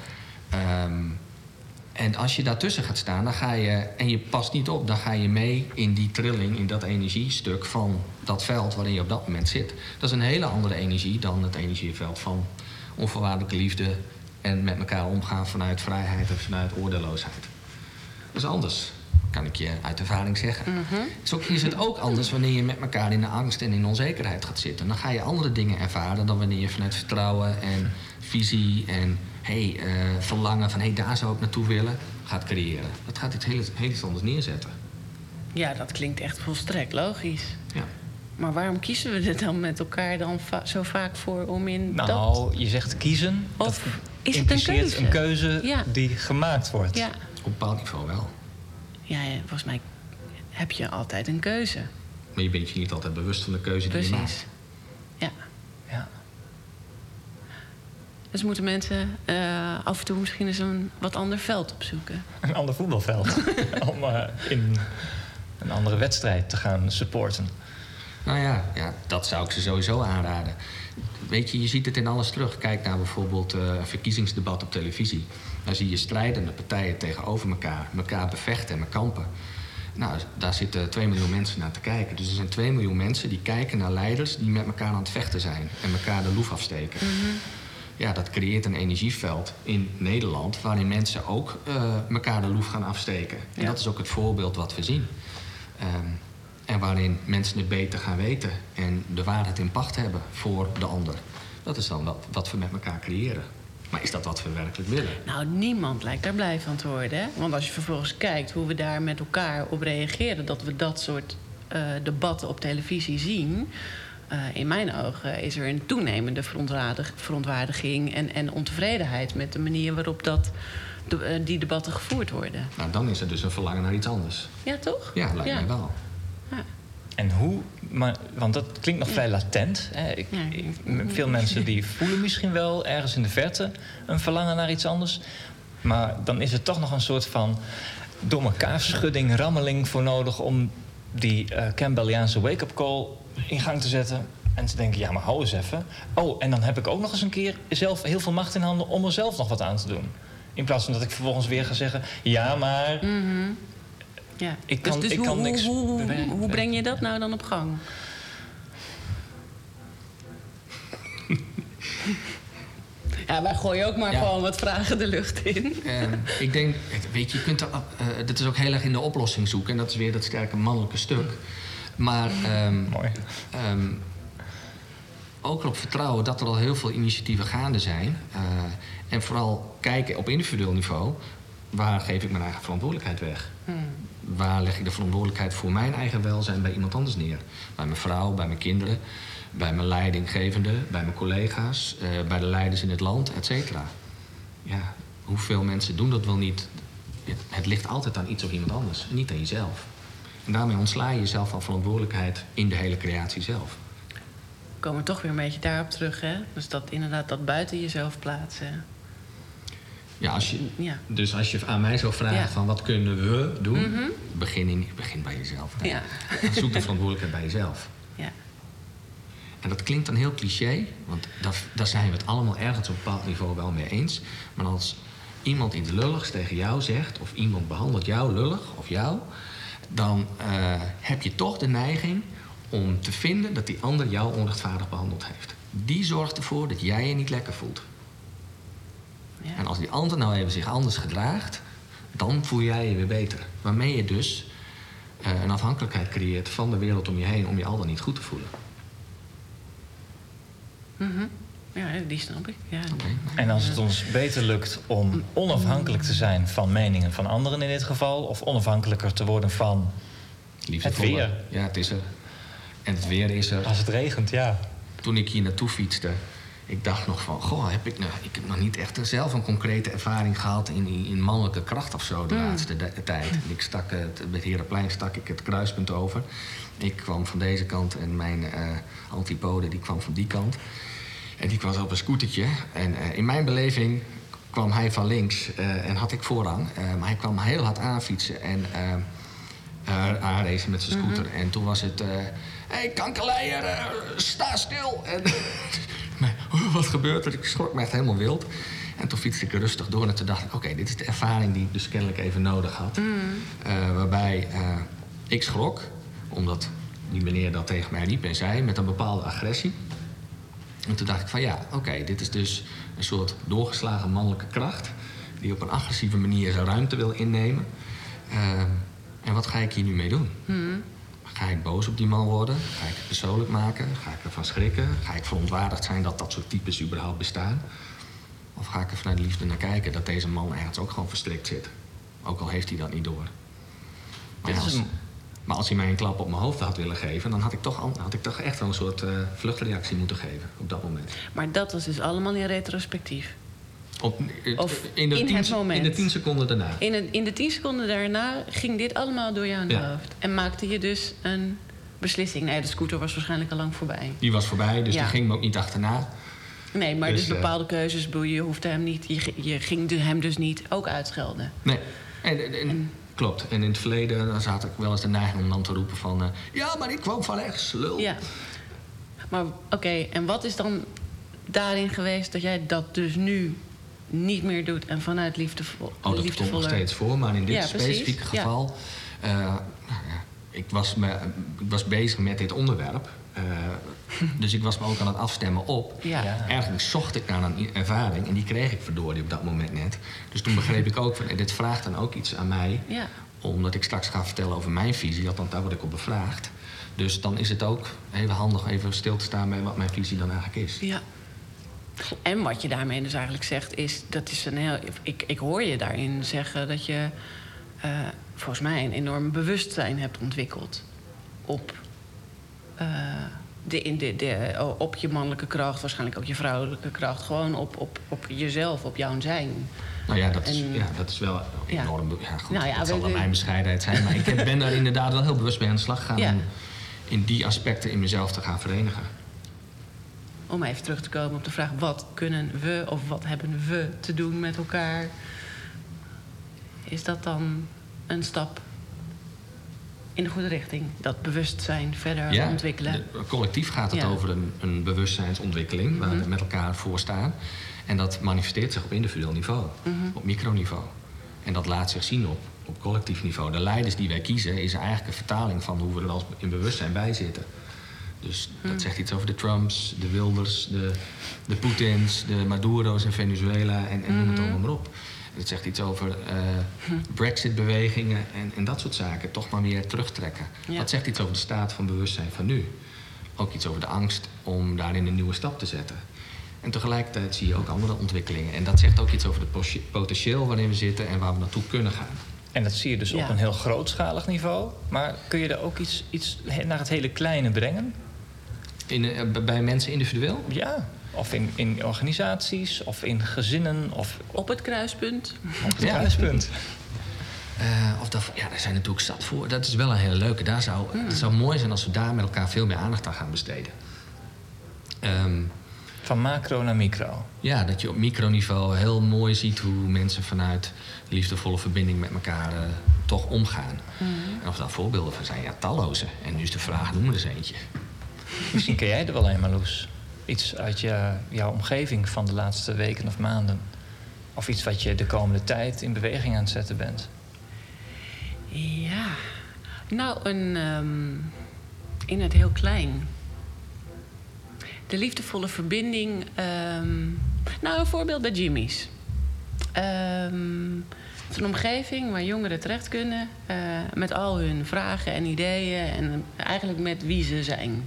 En als je daartussen gaat staan, dan ga je, en je past niet op... dan ga je mee in die trilling, in dat energiestuk van dat veld... waarin je op dat moment zit. Dat is een hele andere energie dan het energieveld van onvoorwaardelijke liefde... en met elkaar omgaan vanuit vrijheid en vanuit oordeelloosheid. Dat is anders, kan ik je uit ervaring zeggen. Zo is het ook anders wanneer je met elkaar in de angst en in onzekerheid gaat zitten. Dan ga je andere dingen ervaren dan wanneer je vanuit vertrouwen en visie... en verlangen van daar zou ik naartoe willen, gaat creëren. Dat gaat iets heel anders neerzetten. Ja, dat klinkt echt volstrekt logisch. Ja. Maar waarom kiezen we er dan met elkaar dan zo vaak voor om in je zegt kiezen. Of dat is het een keuze die gemaakt wordt? Ja. Op een bepaald niveau wel. Ja, volgens mij heb je altijd een keuze. Maar je bent je niet altijd bewust van de keuze die je maakt. Ja. Ja. Dus moeten mensen af en toe misschien eens een wat ander veld opzoeken. Een ander voetbalveld. Om in een andere wedstrijd te gaan supporten. Nou ja, dat zou ik ze sowieso aanraden. Weet je ziet het in alles terug. Kijk naar bijvoorbeeld een verkiezingsdebat op televisie. Dan zie je strijdende partijen tegenover elkaar bevechten en kampen. Nou, daar zitten 2 miljoen mensen naar te kijken. Dus er zijn 2 miljoen mensen die kijken naar leiders... die met elkaar aan het vechten zijn en elkaar de loef afsteken. Ja, dat creëert een energieveld in Nederland... waarin mensen ook elkaar de loef gaan afsteken. En dat is ook het voorbeeld wat we zien. En waarin mensen het beter gaan weten... en de waarheid in pacht hebben voor de ander. Dat is dan wat we met elkaar creëren. Maar is dat wat we werkelijk willen? Nou, niemand lijkt daar blij van te worden. Hè? Want als je vervolgens kijkt hoe we daar met elkaar op reageren... dat we dat soort debatten op televisie zien... in mijn ogen is er een toenemende verontwaardiging en ontevredenheid... met de manier waarop die debatten gevoerd worden. Nou, dan is er dus een verlangen naar iets anders. Ja, toch? Ja, lijkt mij wel. Ja. En hoe? Want dat klinkt nog vrij latent. Hè? Veel mensen die voelen misschien wel ergens in de verte... een verlangen naar iets anders. Maar dan is er toch nog een soort van... door elkaar schudding, rammeling voor nodig... om die Campbelliaanse wake-up call in gang te zetten... en te denken, ja, maar hou eens even. Oh, en dan heb ik ook nog eens een keer zelf heel veel macht in handen... om er zelf nog wat aan te doen. In plaats van dat ik vervolgens weer ga zeggen... ja, maar... Ja. Ik kan niks hoe breng je dat nou dan op gang? Ja, wij gooien ook maar gewoon wat vragen de lucht in. Ik denk, weet je kunt dat is ook heel erg in de oplossing zoeken. En dat is weer dat sterke mannelijke stuk. Maar mooi. Ook erop vertrouwen dat er al heel veel initiatieven gaande zijn. En vooral kijken op individueel niveau... waar geef ik mijn eigen verantwoordelijkheid weg? Waar leg ik de verantwoordelijkheid voor mijn eigen welzijn bij iemand anders neer? Bij mijn vrouw, bij mijn kinderen, bij mijn leidinggevende, bij mijn collega's... bij de leiders in het land, et cetera. ja, hoeveel mensen doen dat wel niet? Het ligt altijd aan iets of iemand anders, niet aan jezelf. En daarmee ontsla je jezelf van verantwoordelijkheid in de hele creatie zelf. We komen toch weer een beetje daarop terug, hè? Dus dat inderdaad dat buiten jezelf plaatsen. Ja, Dus als je aan mij zou vragen van wat kunnen we doen? Mm-hmm. Begin bij jezelf. Ja. Zoek de verantwoordelijkheid bij jezelf. Ja. En dat klinkt dan heel cliché, want daar zijn we het allemaal ergens op een bepaald niveau wel mee eens. Maar als iemand iets lulligs tegen jou zegt, of iemand behandelt jou lullig, of jou, dan heb je toch de neiging om te vinden dat die ander jou onrechtvaardig behandeld heeft. Die zorgt ervoor dat jij je niet lekker voelt. Ja. En als die ander nou even zich anders gedraagt, dan voel jij je weer beter. Waarmee je dus een afhankelijkheid creëert van de wereld om je heen om je al dan niet goed te voelen. Mm-hmm. Ja, die snap ik. Ja. Okay. En als het ons beter lukt om onafhankelijk te zijn van meningen van anderen in dit geval, of onafhankelijker te worden van het weer. Ja, het is er. En het weer is er. Als het regent, ja. Toen ik hier naartoe fietste, ik dacht nog van, ik heb nog niet echt zelf een concrete ervaring gehad in mannelijke kracht of zo de laatste tijd. En ik stak met Herenplein stak ik het kruispunt over. Ik kwam van deze kant en mijn antipode die kwam van die kant. En die kwam op een scootertje. En in mijn beleving kwam hij van links en had ik voorrang. Maar hij kwam heel hard aanfietsen en aanracen met zijn scooter. Mm-hmm. En toen was het, hey, kankerleier, sta stil. En wat gebeurt er? Ik schrok me echt helemaal wild. En toen fietste ik er rustig door en toen dacht ik, oké, dit is de ervaring die ik dus kennelijk even nodig had. Waarbij ik schrok, omdat die meneer dat tegen mij riep en zei, met een bepaalde agressie. En toen dacht ik van dit is dus een soort doorgeslagen mannelijke kracht die op een agressieve manier zijn ruimte wil innemen. En wat ga ik hier nu mee doen? Ga ik boos op die man worden? Ga ik het persoonlijk maken? Ga ik ervan schrikken? Ga ik verontwaardigd zijn dat dat soort types überhaupt bestaan? Of ga ik er vanuit liefde naar kijken dat deze man ergens ook gewoon verstrikt zit? Ook al heeft hij dat niet door. Maar als hij mij een klap op mijn hoofd had willen geven, dan had ik toch echt wel een soort vluchtreactie moeten geven op dat moment. Maar dat was dus allemaal in retrospectief? In de 10 seconden daarna. In de 10 seconden daarna ging dit allemaal door jou in het hoofd. En maakte je dus een beslissing. Nee, de scooter was waarschijnlijk al lang voorbij. Die was voorbij, dus die ging me ook niet achterna. Nee, maar dus bepaalde keuzes, je hoefde hem niet, je ging hem dus niet ook uitschelden. Nee, en klopt. En in het verleden dan had ik wel eens de neiging om dan te roepen van, ja, maar ik kwam van rechts, lul. Ja. Maar oké, en wat is dan daarin geweest dat jij dat dus nu niet meer doet en vanuit liefdevol? Dat komt nog steeds voor, maar in dit specifieke geval, ik was bezig met dit onderwerp. Dus ik was me ook aan het afstemmen op. Ja. Eigenlijk zocht ik naar een ervaring en die kreeg ik verdorie op dat moment net. Dus toen begreep ik ook van, dit vraagt dan ook iets aan mij. Ja. Omdat ik straks ga vertellen over mijn visie, althans daar word ik op bevraagd. Dus dan is het ook even handig even stil te staan bij wat mijn visie dan eigenlijk is. Ja. En wat je daarmee dus eigenlijk zegt is, dat is een heel. Ik hoor je daarin zeggen dat je volgens mij een enorm bewustzijn hebt ontwikkeld op op je mannelijke kracht, waarschijnlijk ook je vrouwelijke kracht, gewoon op jezelf, op jouw zijn. Nou ja, dat is wel enorm. Ja, goed, dat zal dan mijn bescheidenheid zijn, maar ik ben daar inderdaad wel heel bewust mee aan de slag gegaan om in die aspecten in mezelf te gaan verenigen. Om even terug te komen op de vraag, wat kunnen we of wat hebben we te doen met elkaar? Is dat dan een stap in de goede richting? Dat bewustzijn verder ontwikkelen? Collectief gaat het over een bewustzijnsontwikkeling waar we met elkaar voor staan. En dat manifesteert zich op individueel niveau, op microniveau. En dat laat zich zien op collectief niveau. De leiders die wij kiezen is eigenlijk een vertaling van hoe we er als in bewustzijn bij zitten. Dus dat zegt iets over de Trumps, de Wilders, de Poetins, de Maduro's in Venezuela en noem het allemaal maar op. Het zegt iets over Brexit-bewegingen en dat soort zaken. Toch maar weer terugtrekken. Ja. Dat zegt iets over de staat van bewustzijn van nu. Ook iets over de angst om daarin een nieuwe stap te zetten. En tegelijkertijd zie je ook andere ontwikkelingen. En dat zegt ook iets over het potentieel waarin we zitten en waar we naartoe kunnen gaan. En dat zie je dus op een heel grootschalig niveau. Maar kun je er ook iets naar het hele kleine brengen? Bij mensen individueel? Ja. Of in organisaties, of in gezinnen, of Op het kruispunt. op het kruispunt. Daar zijn natuurlijk zat voor. Dat is wel een hele leuke. Het zou mooi zijn als we daar met elkaar veel meer aandacht aan gaan besteden. Van macro naar micro. Ja, dat je op microniveau heel mooi ziet hoe mensen vanuit liefdevolle verbinding met elkaar toch omgaan. En of daar voorbeelden van zijn, ja, talloze. En nu is de vraag, noem er eens eentje. Misschien ken jij er wel een, Marloes. Iets uit jouw omgeving van de laatste weken of maanden. Of iets wat je de komende tijd in beweging aan het zetten bent. Ja, nou, in het heel klein. De liefdevolle verbinding. Een voorbeeld bij Jimmy's. Het is een omgeving waar jongeren terecht kunnen. Met al hun vragen en ideeën. En eigenlijk met wie ze zijn.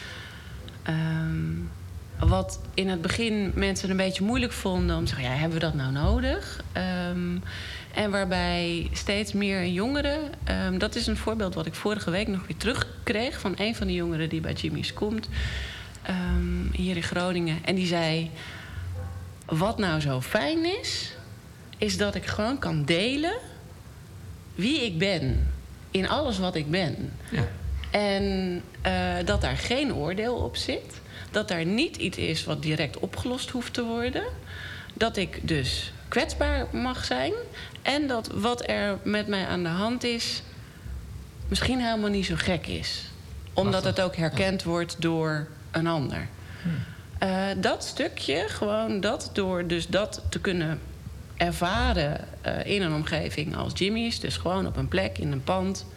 Wat in het begin mensen een beetje moeilijk vonden om te zeggen, ja, hebben we dat nou nodig? En waarbij steeds meer jongeren... dat is een voorbeeld wat ik vorige week nog weer terugkreeg van een van de jongeren die bij Jimmy's komt. Hier in Groningen. En die zei, wat nou zo fijn is dat ik gewoon kan delen wie ik ben. In alles wat ik ben. Ja. En dat daar geen oordeel op zit. Dat daar niet iets is wat direct opgelost hoeft te worden. Dat ik dus kwetsbaar mag zijn. En dat wat er met mij aan de hand is misschien helemaal niet zo gek is. Omdat het ook herkend wordt door een ander. Dat stukje, gewoon dat, door dus dat te kunnen ervaren in een omgeving als Jimmy's. Dus gewoon op een plek, in een pand.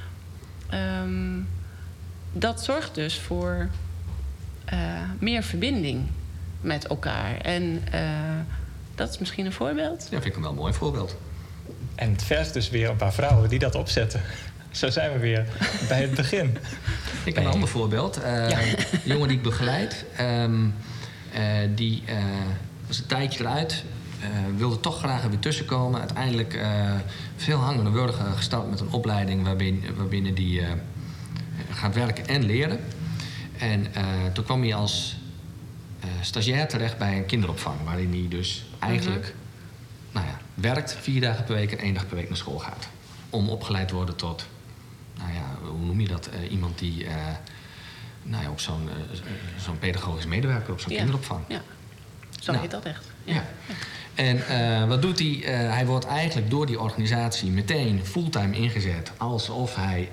Dat zorgt dus voor meer verbinding met elkaar. En dat is misschien een voorbeeld. Ja, vind ik een wel mooi voorbeeld. En het vergt dus weer een paar vrouwen die dat opzetten. Zo zijn we weer bij het begin. Ik heb een ander voorbeeld. Een jongen die ik begeleid. Die was een tijdje eruit. Wilde toch graag er weer tussenkomen. Uiteindelijk veel hangende woorden gestart met een opleiding waarbinnen die gaat werken en leren. En toen kwam hij als stagiair terecht bij een kinderopvang. Waarin hij dus eigenlijk werkt 4 dagen per week en 1 dag per week naar school gaat. Om opgeleid te worden tot, hoe noem je dat? Iemand die op zo'n pedagogisch medewerker op zo'n kinderopvang. Ja, zo heet dat echt. Ja. En wat doet hij? Hij wordt eigenlijk door die organisatie meteen fulltime ingezet. Alsof hij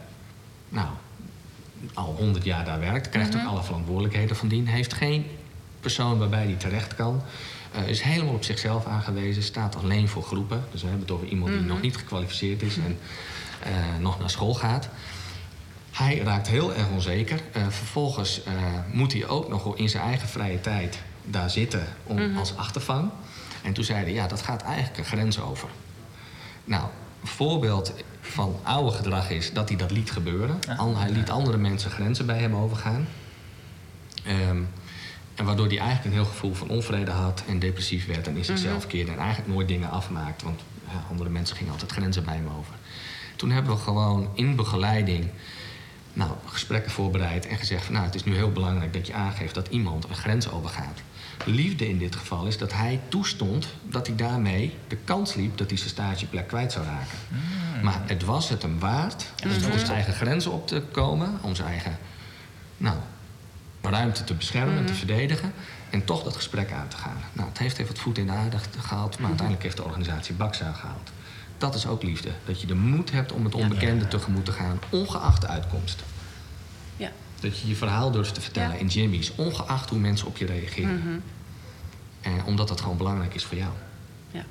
al 100 jaar daar werkt. Krijgt ook alle verantwoordelijkheden van dien. Heeft geen persoon waarbij hij terecht kan. Is helemaal op zichzelf aangewezen. Staat alleen voor groepen. Dus we hebben het over iemand die nog niet gekwalificeerd is en nog naar school gaat. Hij raakt heel erg onzeker. Vervolgens moet hij ook nog in zijn eigen vrije tijd daar zitten als achtervang. En toen zei hij, dat gaat eigenlijk een grens over. Nou, een voorbeeld van oude gedrag is dat hij dat liet gebeuren. Hij liet andere mensen grenzen bij hem overgaan. En waardoor hij eigenlijk een heel gevoel van onvrede had en depressief werd en in zichzelf keerde en eigenlijk nooit dingen afmaakte. Want andere mensen gingen altijd grenzen bij hem over. Toen hebben we gewoon in begeleiding gesprekken voorbereid en gezegd van het is nu heel belangrijk dat je aangeeft dat iemand een grens overgaat. Liefde in dit geval is dat hij toestond dat hij daarmee de kans liep dat hij zijn stageplek kwijt zou raken. Maar het was het hem waard om voor zijn eigen grenzen op te komen, om zijn eigen ruimte te beschermen en te verdedigen en toch dat gesprek aan te gaan. Het heeft even wat voet in de aarde gehaald, maar uiteindelijk heeft de organisatie bakzuil gehaald. Dat is ook liefde. Dat je de moed hebt om het onbekende tegemoet te gaan, ongeacht de uitkomst. Ja. Dat je je verhaal durft te vertellen in Jimmy's, ongeacht hoe mensen op je reageren. En omdat dat gewoon belangrijk is voor jou. Ja.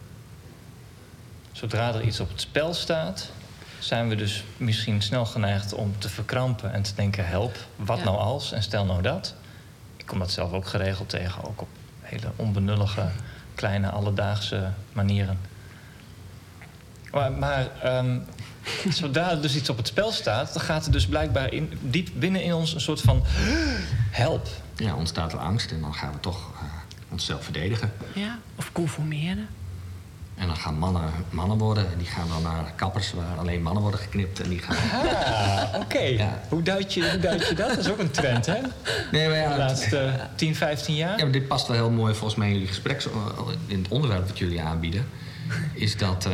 Zodra er iets op het spel staat, zijn we dus misschien snel geneigd om te verkrampen en te denken, help, wat nou als en stel nou dat. Ik kom dat zelf ook geregeld tegen, ook op hele onbenullige, kleine, alledaagse manieren. Maar zodra er dus iets op het spel staat, dan gaat er dus blijkbaar diep binnen in ons een soort van help. Ja, ontstaat er angst en dan gaan we toch onszelf verdedigen. Ja, of conformeren. En dan gaan mannen worden. Die gaan dan naar kappers waar alleen mannen worden geknipt. En die gaan... Oké. Ja. Hoe duid je dat? Dat is ook een trend, hè? Nee, maar de laatste 10, 15 jaar? Ja, maar dit past wel heel mooi volgens mij in jullie gesprek. In het onderwerp wat jullie aanbieden. Is dat...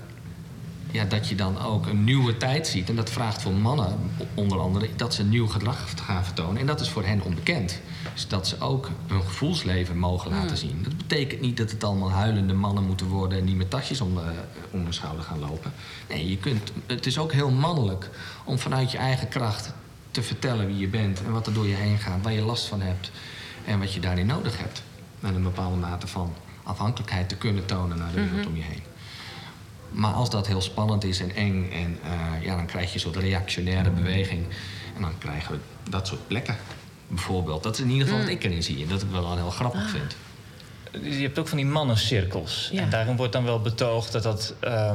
dat je dan ook een nieuwe tijd ziet. En dat vraagt voor mannen, onder andere, dat ze nieuw gedrag gaan vertonen. En dat is voor hen onbekend. Dus dat ze ook hun gevoelsleven mogen laten zien. Dat betekent niet dat het allemaal huilende mannen moeten worden... en die met tasjes om hun schouder gaan lopen. Nee, het is ook heel mannelijk om vanuit je eigen kracht te vertellen wie je bent... en wat er door je heen gaat, waar je last van hebt... en wat je daarin nodig hebt. En een bepaalde mate van afhankelijkheid te kunnen tonen naar de wereld om je heen. Maar als dat heel spannend is en eng... en dan krijg je een soort reactionaire beweging... en dan krijgen we dat soort plekken. Bijvoorbeeld. Dat is in ieder geval wat ik erin zie. En dat ik wel heel grappig vind. Je hebt ook van die mannencirkels. Ja. En daarin wordt dan wel betoogd dat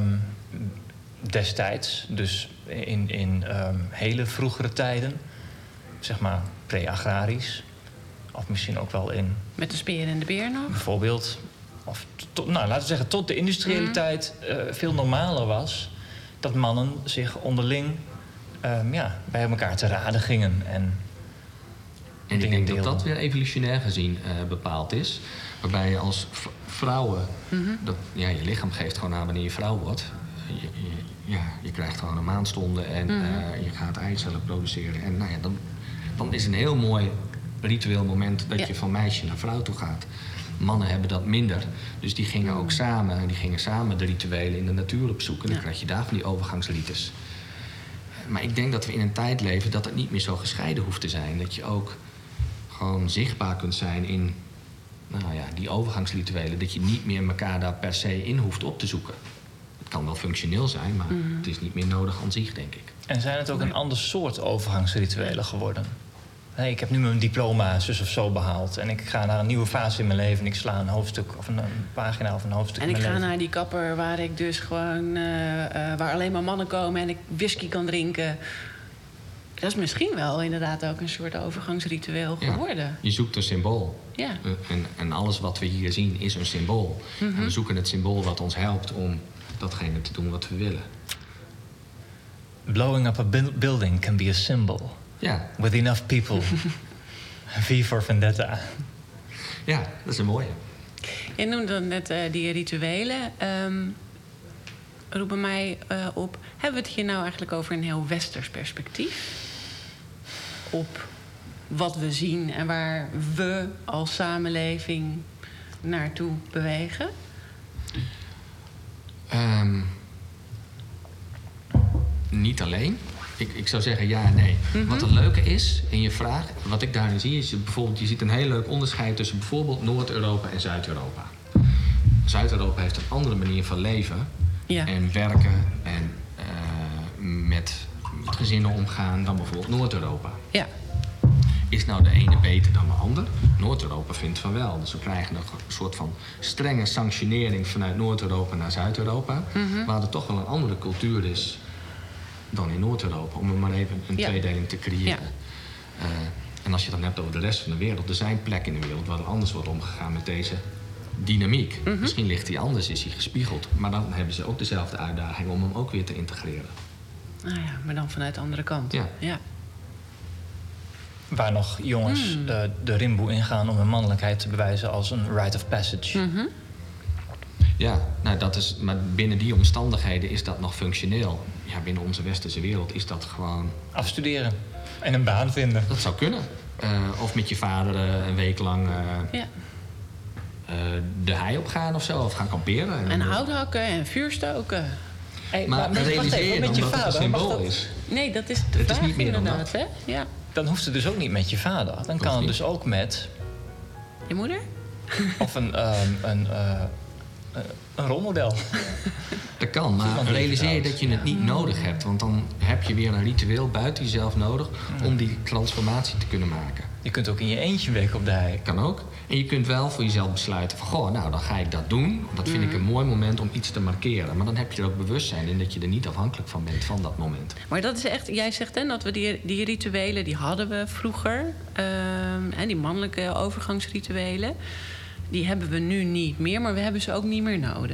destijds... dus in hele vroegere tijden... zeg maar pre-agrarisch... of misschien ook wel in... Met de speer en de beer nog? Bijvoorbeeld... of laten we zeggen, tot de industriële tijd veel normaler was... dat mannen zich onderling bij elkaar te raden gingen. En ik denk dat dat weer evolutionair gezien bepaald is. Waarbij je als vrouwen... je lichaam geeft gewoon aan wanneer je vrouw wordt. Je krijgt gewoon een maandstonden en je gaat eicellen produceren. En dan is een heel mooi ritueel moment dat je van meisje naar vrouw toe gaat. Mannen hebben dat minder. Dus die gingen ook samen. Die gingen samen de rituelen in de natuur opzoeken. En dan krijg je daar van die overgangsrites. Maar ik denk dat we in een tijd leven dat het niet meer zo gescheiden hoeft te zijn. Dat je ook gewoon zichtbaar kunt zijn in die overgangsrituelen. Dat je niet meer elkaar daar per se in hoeft op te zoeken. Het kan wel functioneel zijn, maar het is niet meer nodig aan zich, denk ik. En zijn het ook een ander soort overgangsrituelen geworden? Nee, ik heb nu mijn diploma zus of zo behaald. En ik ga naar een nieuwe fase in mijn leven. En ik sla een hoofdstuk of een pagina of een hoofdstuk in mijn leven. En ik ga naar die kapper waar ik dus gewoon... waar alleen maar mannen komen en ik whisky kan drinken. Dat is misschien wel inderdaad ook een soort overgangsritueel geworden. Je zoekt een symbool. Ja. En alles wat we hier zien is een symbool. En we zoeken het symbool wat ons helpt om datgene te doen wat we willen. Blowing up a building can be a symbol. Ja. With enough people. V for Vendetta. Ja, dat is een mooie. Je noemde net die rituelen. Roep bij mij op. Hebben we het hier nou eigenlijk over een heel westers perspectief? Op wat we zien en waar we als samenleving naartoe bewegen? Niet alleen. Ik zou zeggen ja en nee. Wat het leuke is in je vraag, wat ik daarin zie, is bijvoorbeeld, je ziet een heel leuk onderscheid tussen bijvoorbeeld Noord-Europa en Zuid-Europa. Zuid-Europa heeft een andere manier van leven en werken en met gezinnen omgaan dan bijvoorbeeld Noord-Europa. Ja. Is nou de ene beter dan de ander? Noord-Europa vindt van wel. Dus we krijgen een soort van strenge sanctionering vanuit Noord-Europa naar Zuid-Europa, waar er toch wel een andere cultuur is dan in Noord-Europa, om er maar even een tweedeling te creëren. Ja. En als je het dan hebt over de rest van de wereld, er zijn plekken in de wereld waar er anders wordt omgegaan met deze dynamiek. Misschien ligt die anders, is die gespiegeld, maar dan hebben ze ook dezelfde uitdaging om hem ook weer te integreren. Ah ja, maar dan vanuit de andere kant. Ja. Waar nog jongens de rimboe ingaan om hun mannelijkheid te bewijzen als een rite of passage. Ja, dat is, maar binnen die omstandigheden is dat nog functioneel. Ja, binnen onze westerse wereld is dat gewoon... Afstuderen en een baan vinden. Dat zou kunnen. Of met je vader een week lang de hei opgaan of zo. Of gaan kamperen. En hout hakken en vuur stoken. Hey, maar realiseer met je vader, het een symbool is. Nee, dat is de vraag, is niet meer inderdaad. Hè? Ja. Dan hoeft het dus ook niet met je vader. Dan kan het dus ook met... Je moeder? Of een rolmodel. Dat kan, maar realiseer je dat je het niet nodig hebt. Want dan heb je weer een ritueel buiten jezelf nodig om die transformatie te kunnen maken. Je kunt ook in je eentje werken op de hei. Kan ook. En je kunt wel voor jezelf besluiten van... dan ga ik dat doen. Dat vind ik een mooi moment om iets te markeren. Maar dan heb je er ook bewustzijn in dat je er niet afhankelijk van bent van dat moment. Maar dat is echt... Jij zegt dat we die rituelen, die hadden we vroeger. Die mannelijke overgangsrituelen. Die hebben we nu niet meer, maar we hebben ze ook niet meer nodig.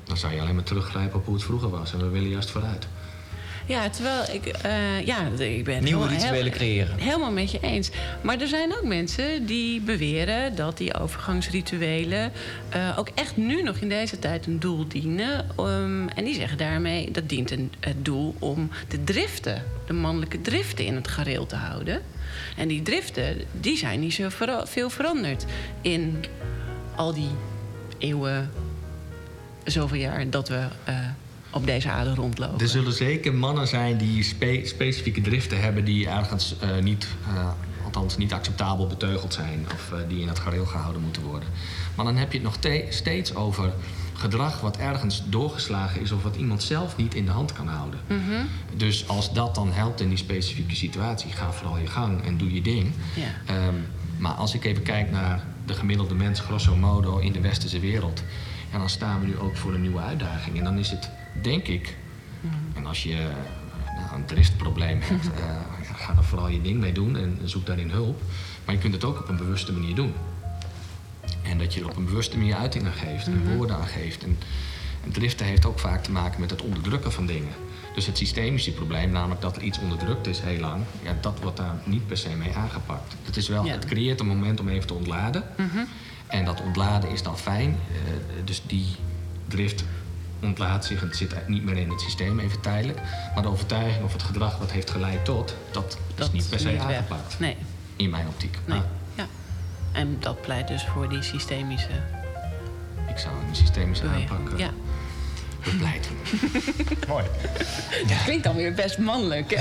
Dan zou je alleen maar teruggrijpen op hoe het vroeger was. En we willen juist vooruit. Ja, terwijl ik ben Nieuwe rituelen creëren. Helemaal met je eens. Maar er zijn ook mensen die beweren dat die overgangsrituelen ook echt nu nog in deze tijd een doel dienen. En die zeggen daarmee, dat dient het doel om de mannelijke driften in het gareel te houden. En die driften, die zijn niet zo veel veranderd in al die eeuwen, zoveel jaar dat we op deze aarde rondlopen. Er zullen zeker mannen zijn die specifieke driften hebben die ergens althans niet acceptabel beteugeld zijn of die in het gareel gehouden moeten worden. Maar dan heb je het nog steeds over gedrag wat ergens doorgeslagen is of wat iemand zelf niet in de hand kan houden. Mm-hmm. Dus als dat dan helpt in die specifieke situatie, ga vooral je gang en doe je ding. Ja. Maar als ik even kijk naar de gemiddelde mens, grosso modo, in de westerse wereld, en dan staan we nu ook voor een nieuwe uitdaging. En dan is het, denk ik, en als je een driftprobleem hebt, ga er vooral je ding mee doen en zoek daarin hulp. Maar je kunt het ook op een bewuste manier doen. En dat je er op een bewuste manier uiting aan geeft en woorden aan geeft. En driften heeft ook vaak te maken met het onderdrukken van dingen. Dus het systemische probleem, namelijk dat er iets onderdrukt is heel lang, ja, dat wordt daar niet per se mee aangepakt. Het is wel, het creëert een moment om even te ontladen. Mm-hmm. En dat ontladen is dan fijn. Dus die drift ontlaadt zich en het zit niet meer in het systeem, even tijdelijk. Maar de overtuiging of het gedrag wat heeft geleid tot, dat is niet per se aangepakt. Nee. In mijn optiek. Nee. Ja. En dat pleit dus voor die systemische... Ik zou een systemische aanpak bepleiten. Mooi. Dat klinkt dan weer best mannelijk, hè?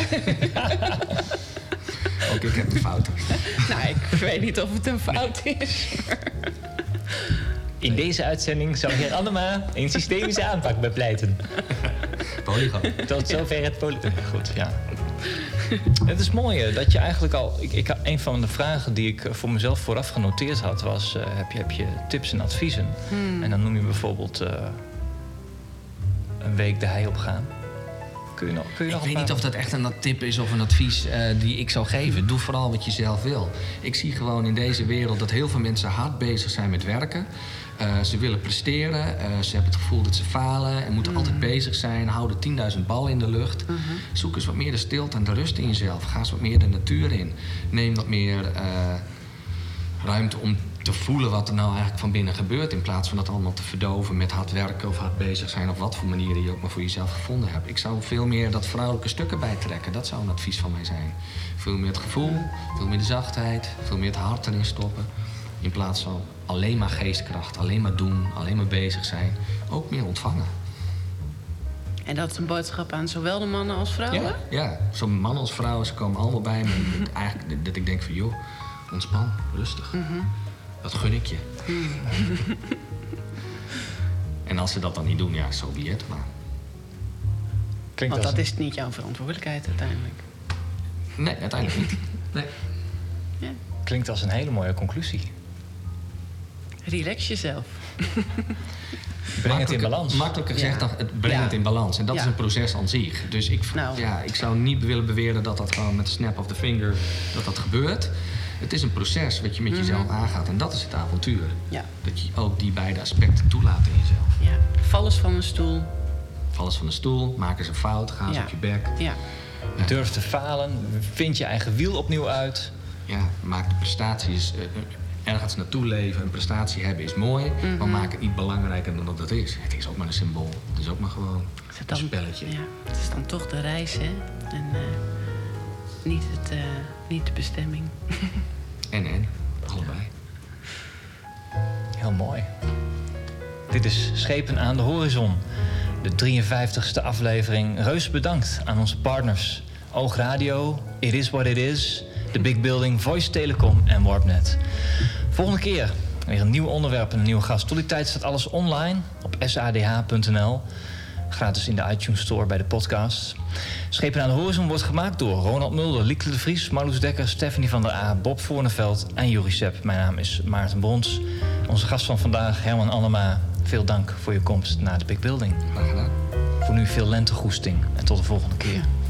Ook ik heb een fout. Nou, ik weet niet of het een fout is. In deze uitzending zou heer Annema een systemische aanpak bepleiten. Polygon. Tot zover het polygon. Goed, ja. Het is mooi dat je eigenlijk al... een van de vragen die ik voor mezelf vooraf genoteerd had was... heb je tips en adviezen? En dan noem je bijvoorbeeld een week de hei op gaan. Kun je nog ik weet niet of dat echt een tip is of een advies die ik zou geven. Doe vooral wat je zelf wil. Ik zie gewoon in deze wereld dat heel veel mensen hard bezig zijn met werken. Ze willen presteren. Ze hebben het gevoel dat ze falen en moeten altijd bezig zijn. Houden 10.000 ballen in de lucht. Zoek eens wat meer de stilte en de rust in jezelf. Ga eens wat meer de natuur in. Neem wat meer ruimte om te voelen wat er nou eigenlijk van binnen gebeurt. In plaats van dat allemaal te verdoven met hard werken of hard bezig zijn. Of wat voor manieren je ook maar voor jezelf gevonden hebt. Ik zou veel meer dat vrouwelijke stukken bijtrekken. Dat zou een advies van mij zijn. Veel meer het gevoel, veel meer de zachtheid, veel meer het hart erin stoppen. In plaats van alleen maar geestkracht, alleen maar doen, alleen maar bezig zijn. Ook meer ontvangen. En dat is een boodschap aan zowel de mannen als vrouwen? Ja, zowel mannen als vrouwen, ze komen allemaal bij me. Eigenlijk dat ik denk van, joh, ontspan, rustig. Dat gun ik je. En als ze dat dan niet doen, ja, so be it, maar... Want dat is niet jouw verantwoordelijkheid uiteindelijk. Nee, uiteindelijk niet. Nee. Ja. Klinkt als een hele mooie conclusie. Relax jezelf. Breng het in balans. Makkelijker gezegd dan breng het in balans. En dat is een proces aan zich. Dus ik zou niet willen beweren dat gewoon met de snap of the finger dat gebeurt. Het is een proces wat je met jezelf aangaat. En dat is het avontuur. Ja. Dat je ook die beide aspecten toelaat in jezelf. Ja. Val eens van een stoel. Val eens van een stoel. Maak eens een fout. Ga eens op je bek. Ja. Durf te falen. Vind je eigen wiel opnieuw uit. Ja, maak de prestaties... ergens naartoe leven, een prestatie hebben is mooi... maar maak het niet belangrijker dan dat het is. Het is ook maar een symbool. Het is ook maar gewoon een spelletje. Ja, het is dan toch de reis, hè? En niet de bestemming. En. Allebei. Heel mooi. Dit is Schepen aan de Horizon. De 53ste aflevering. Reuze bedankt aan onze partners. Oog Radio, It Is What It Is... The Big Building, Voice Telecom en Warpnet. Volgende keer weer een nieuw onderwerp en een nieuwe gast. Tot die tijd staat alles online op sadh.nl. Gratis in de iTunes Store bij de podcast. Schepen aan de Horizon wordt gemaakt door Ronald Mulder, Lieke de Vries, Marloes Dekker, Stephanie van der A, Bob Voorneveld en Juri Sepp. Mijn naam is Maarten Brons. Onze gast van vandaag, Herman Annema. Veel dank voor je komst naar de Big Building. Graag gedaan. Voor nu veel lentegoesting en tot de volgende keer.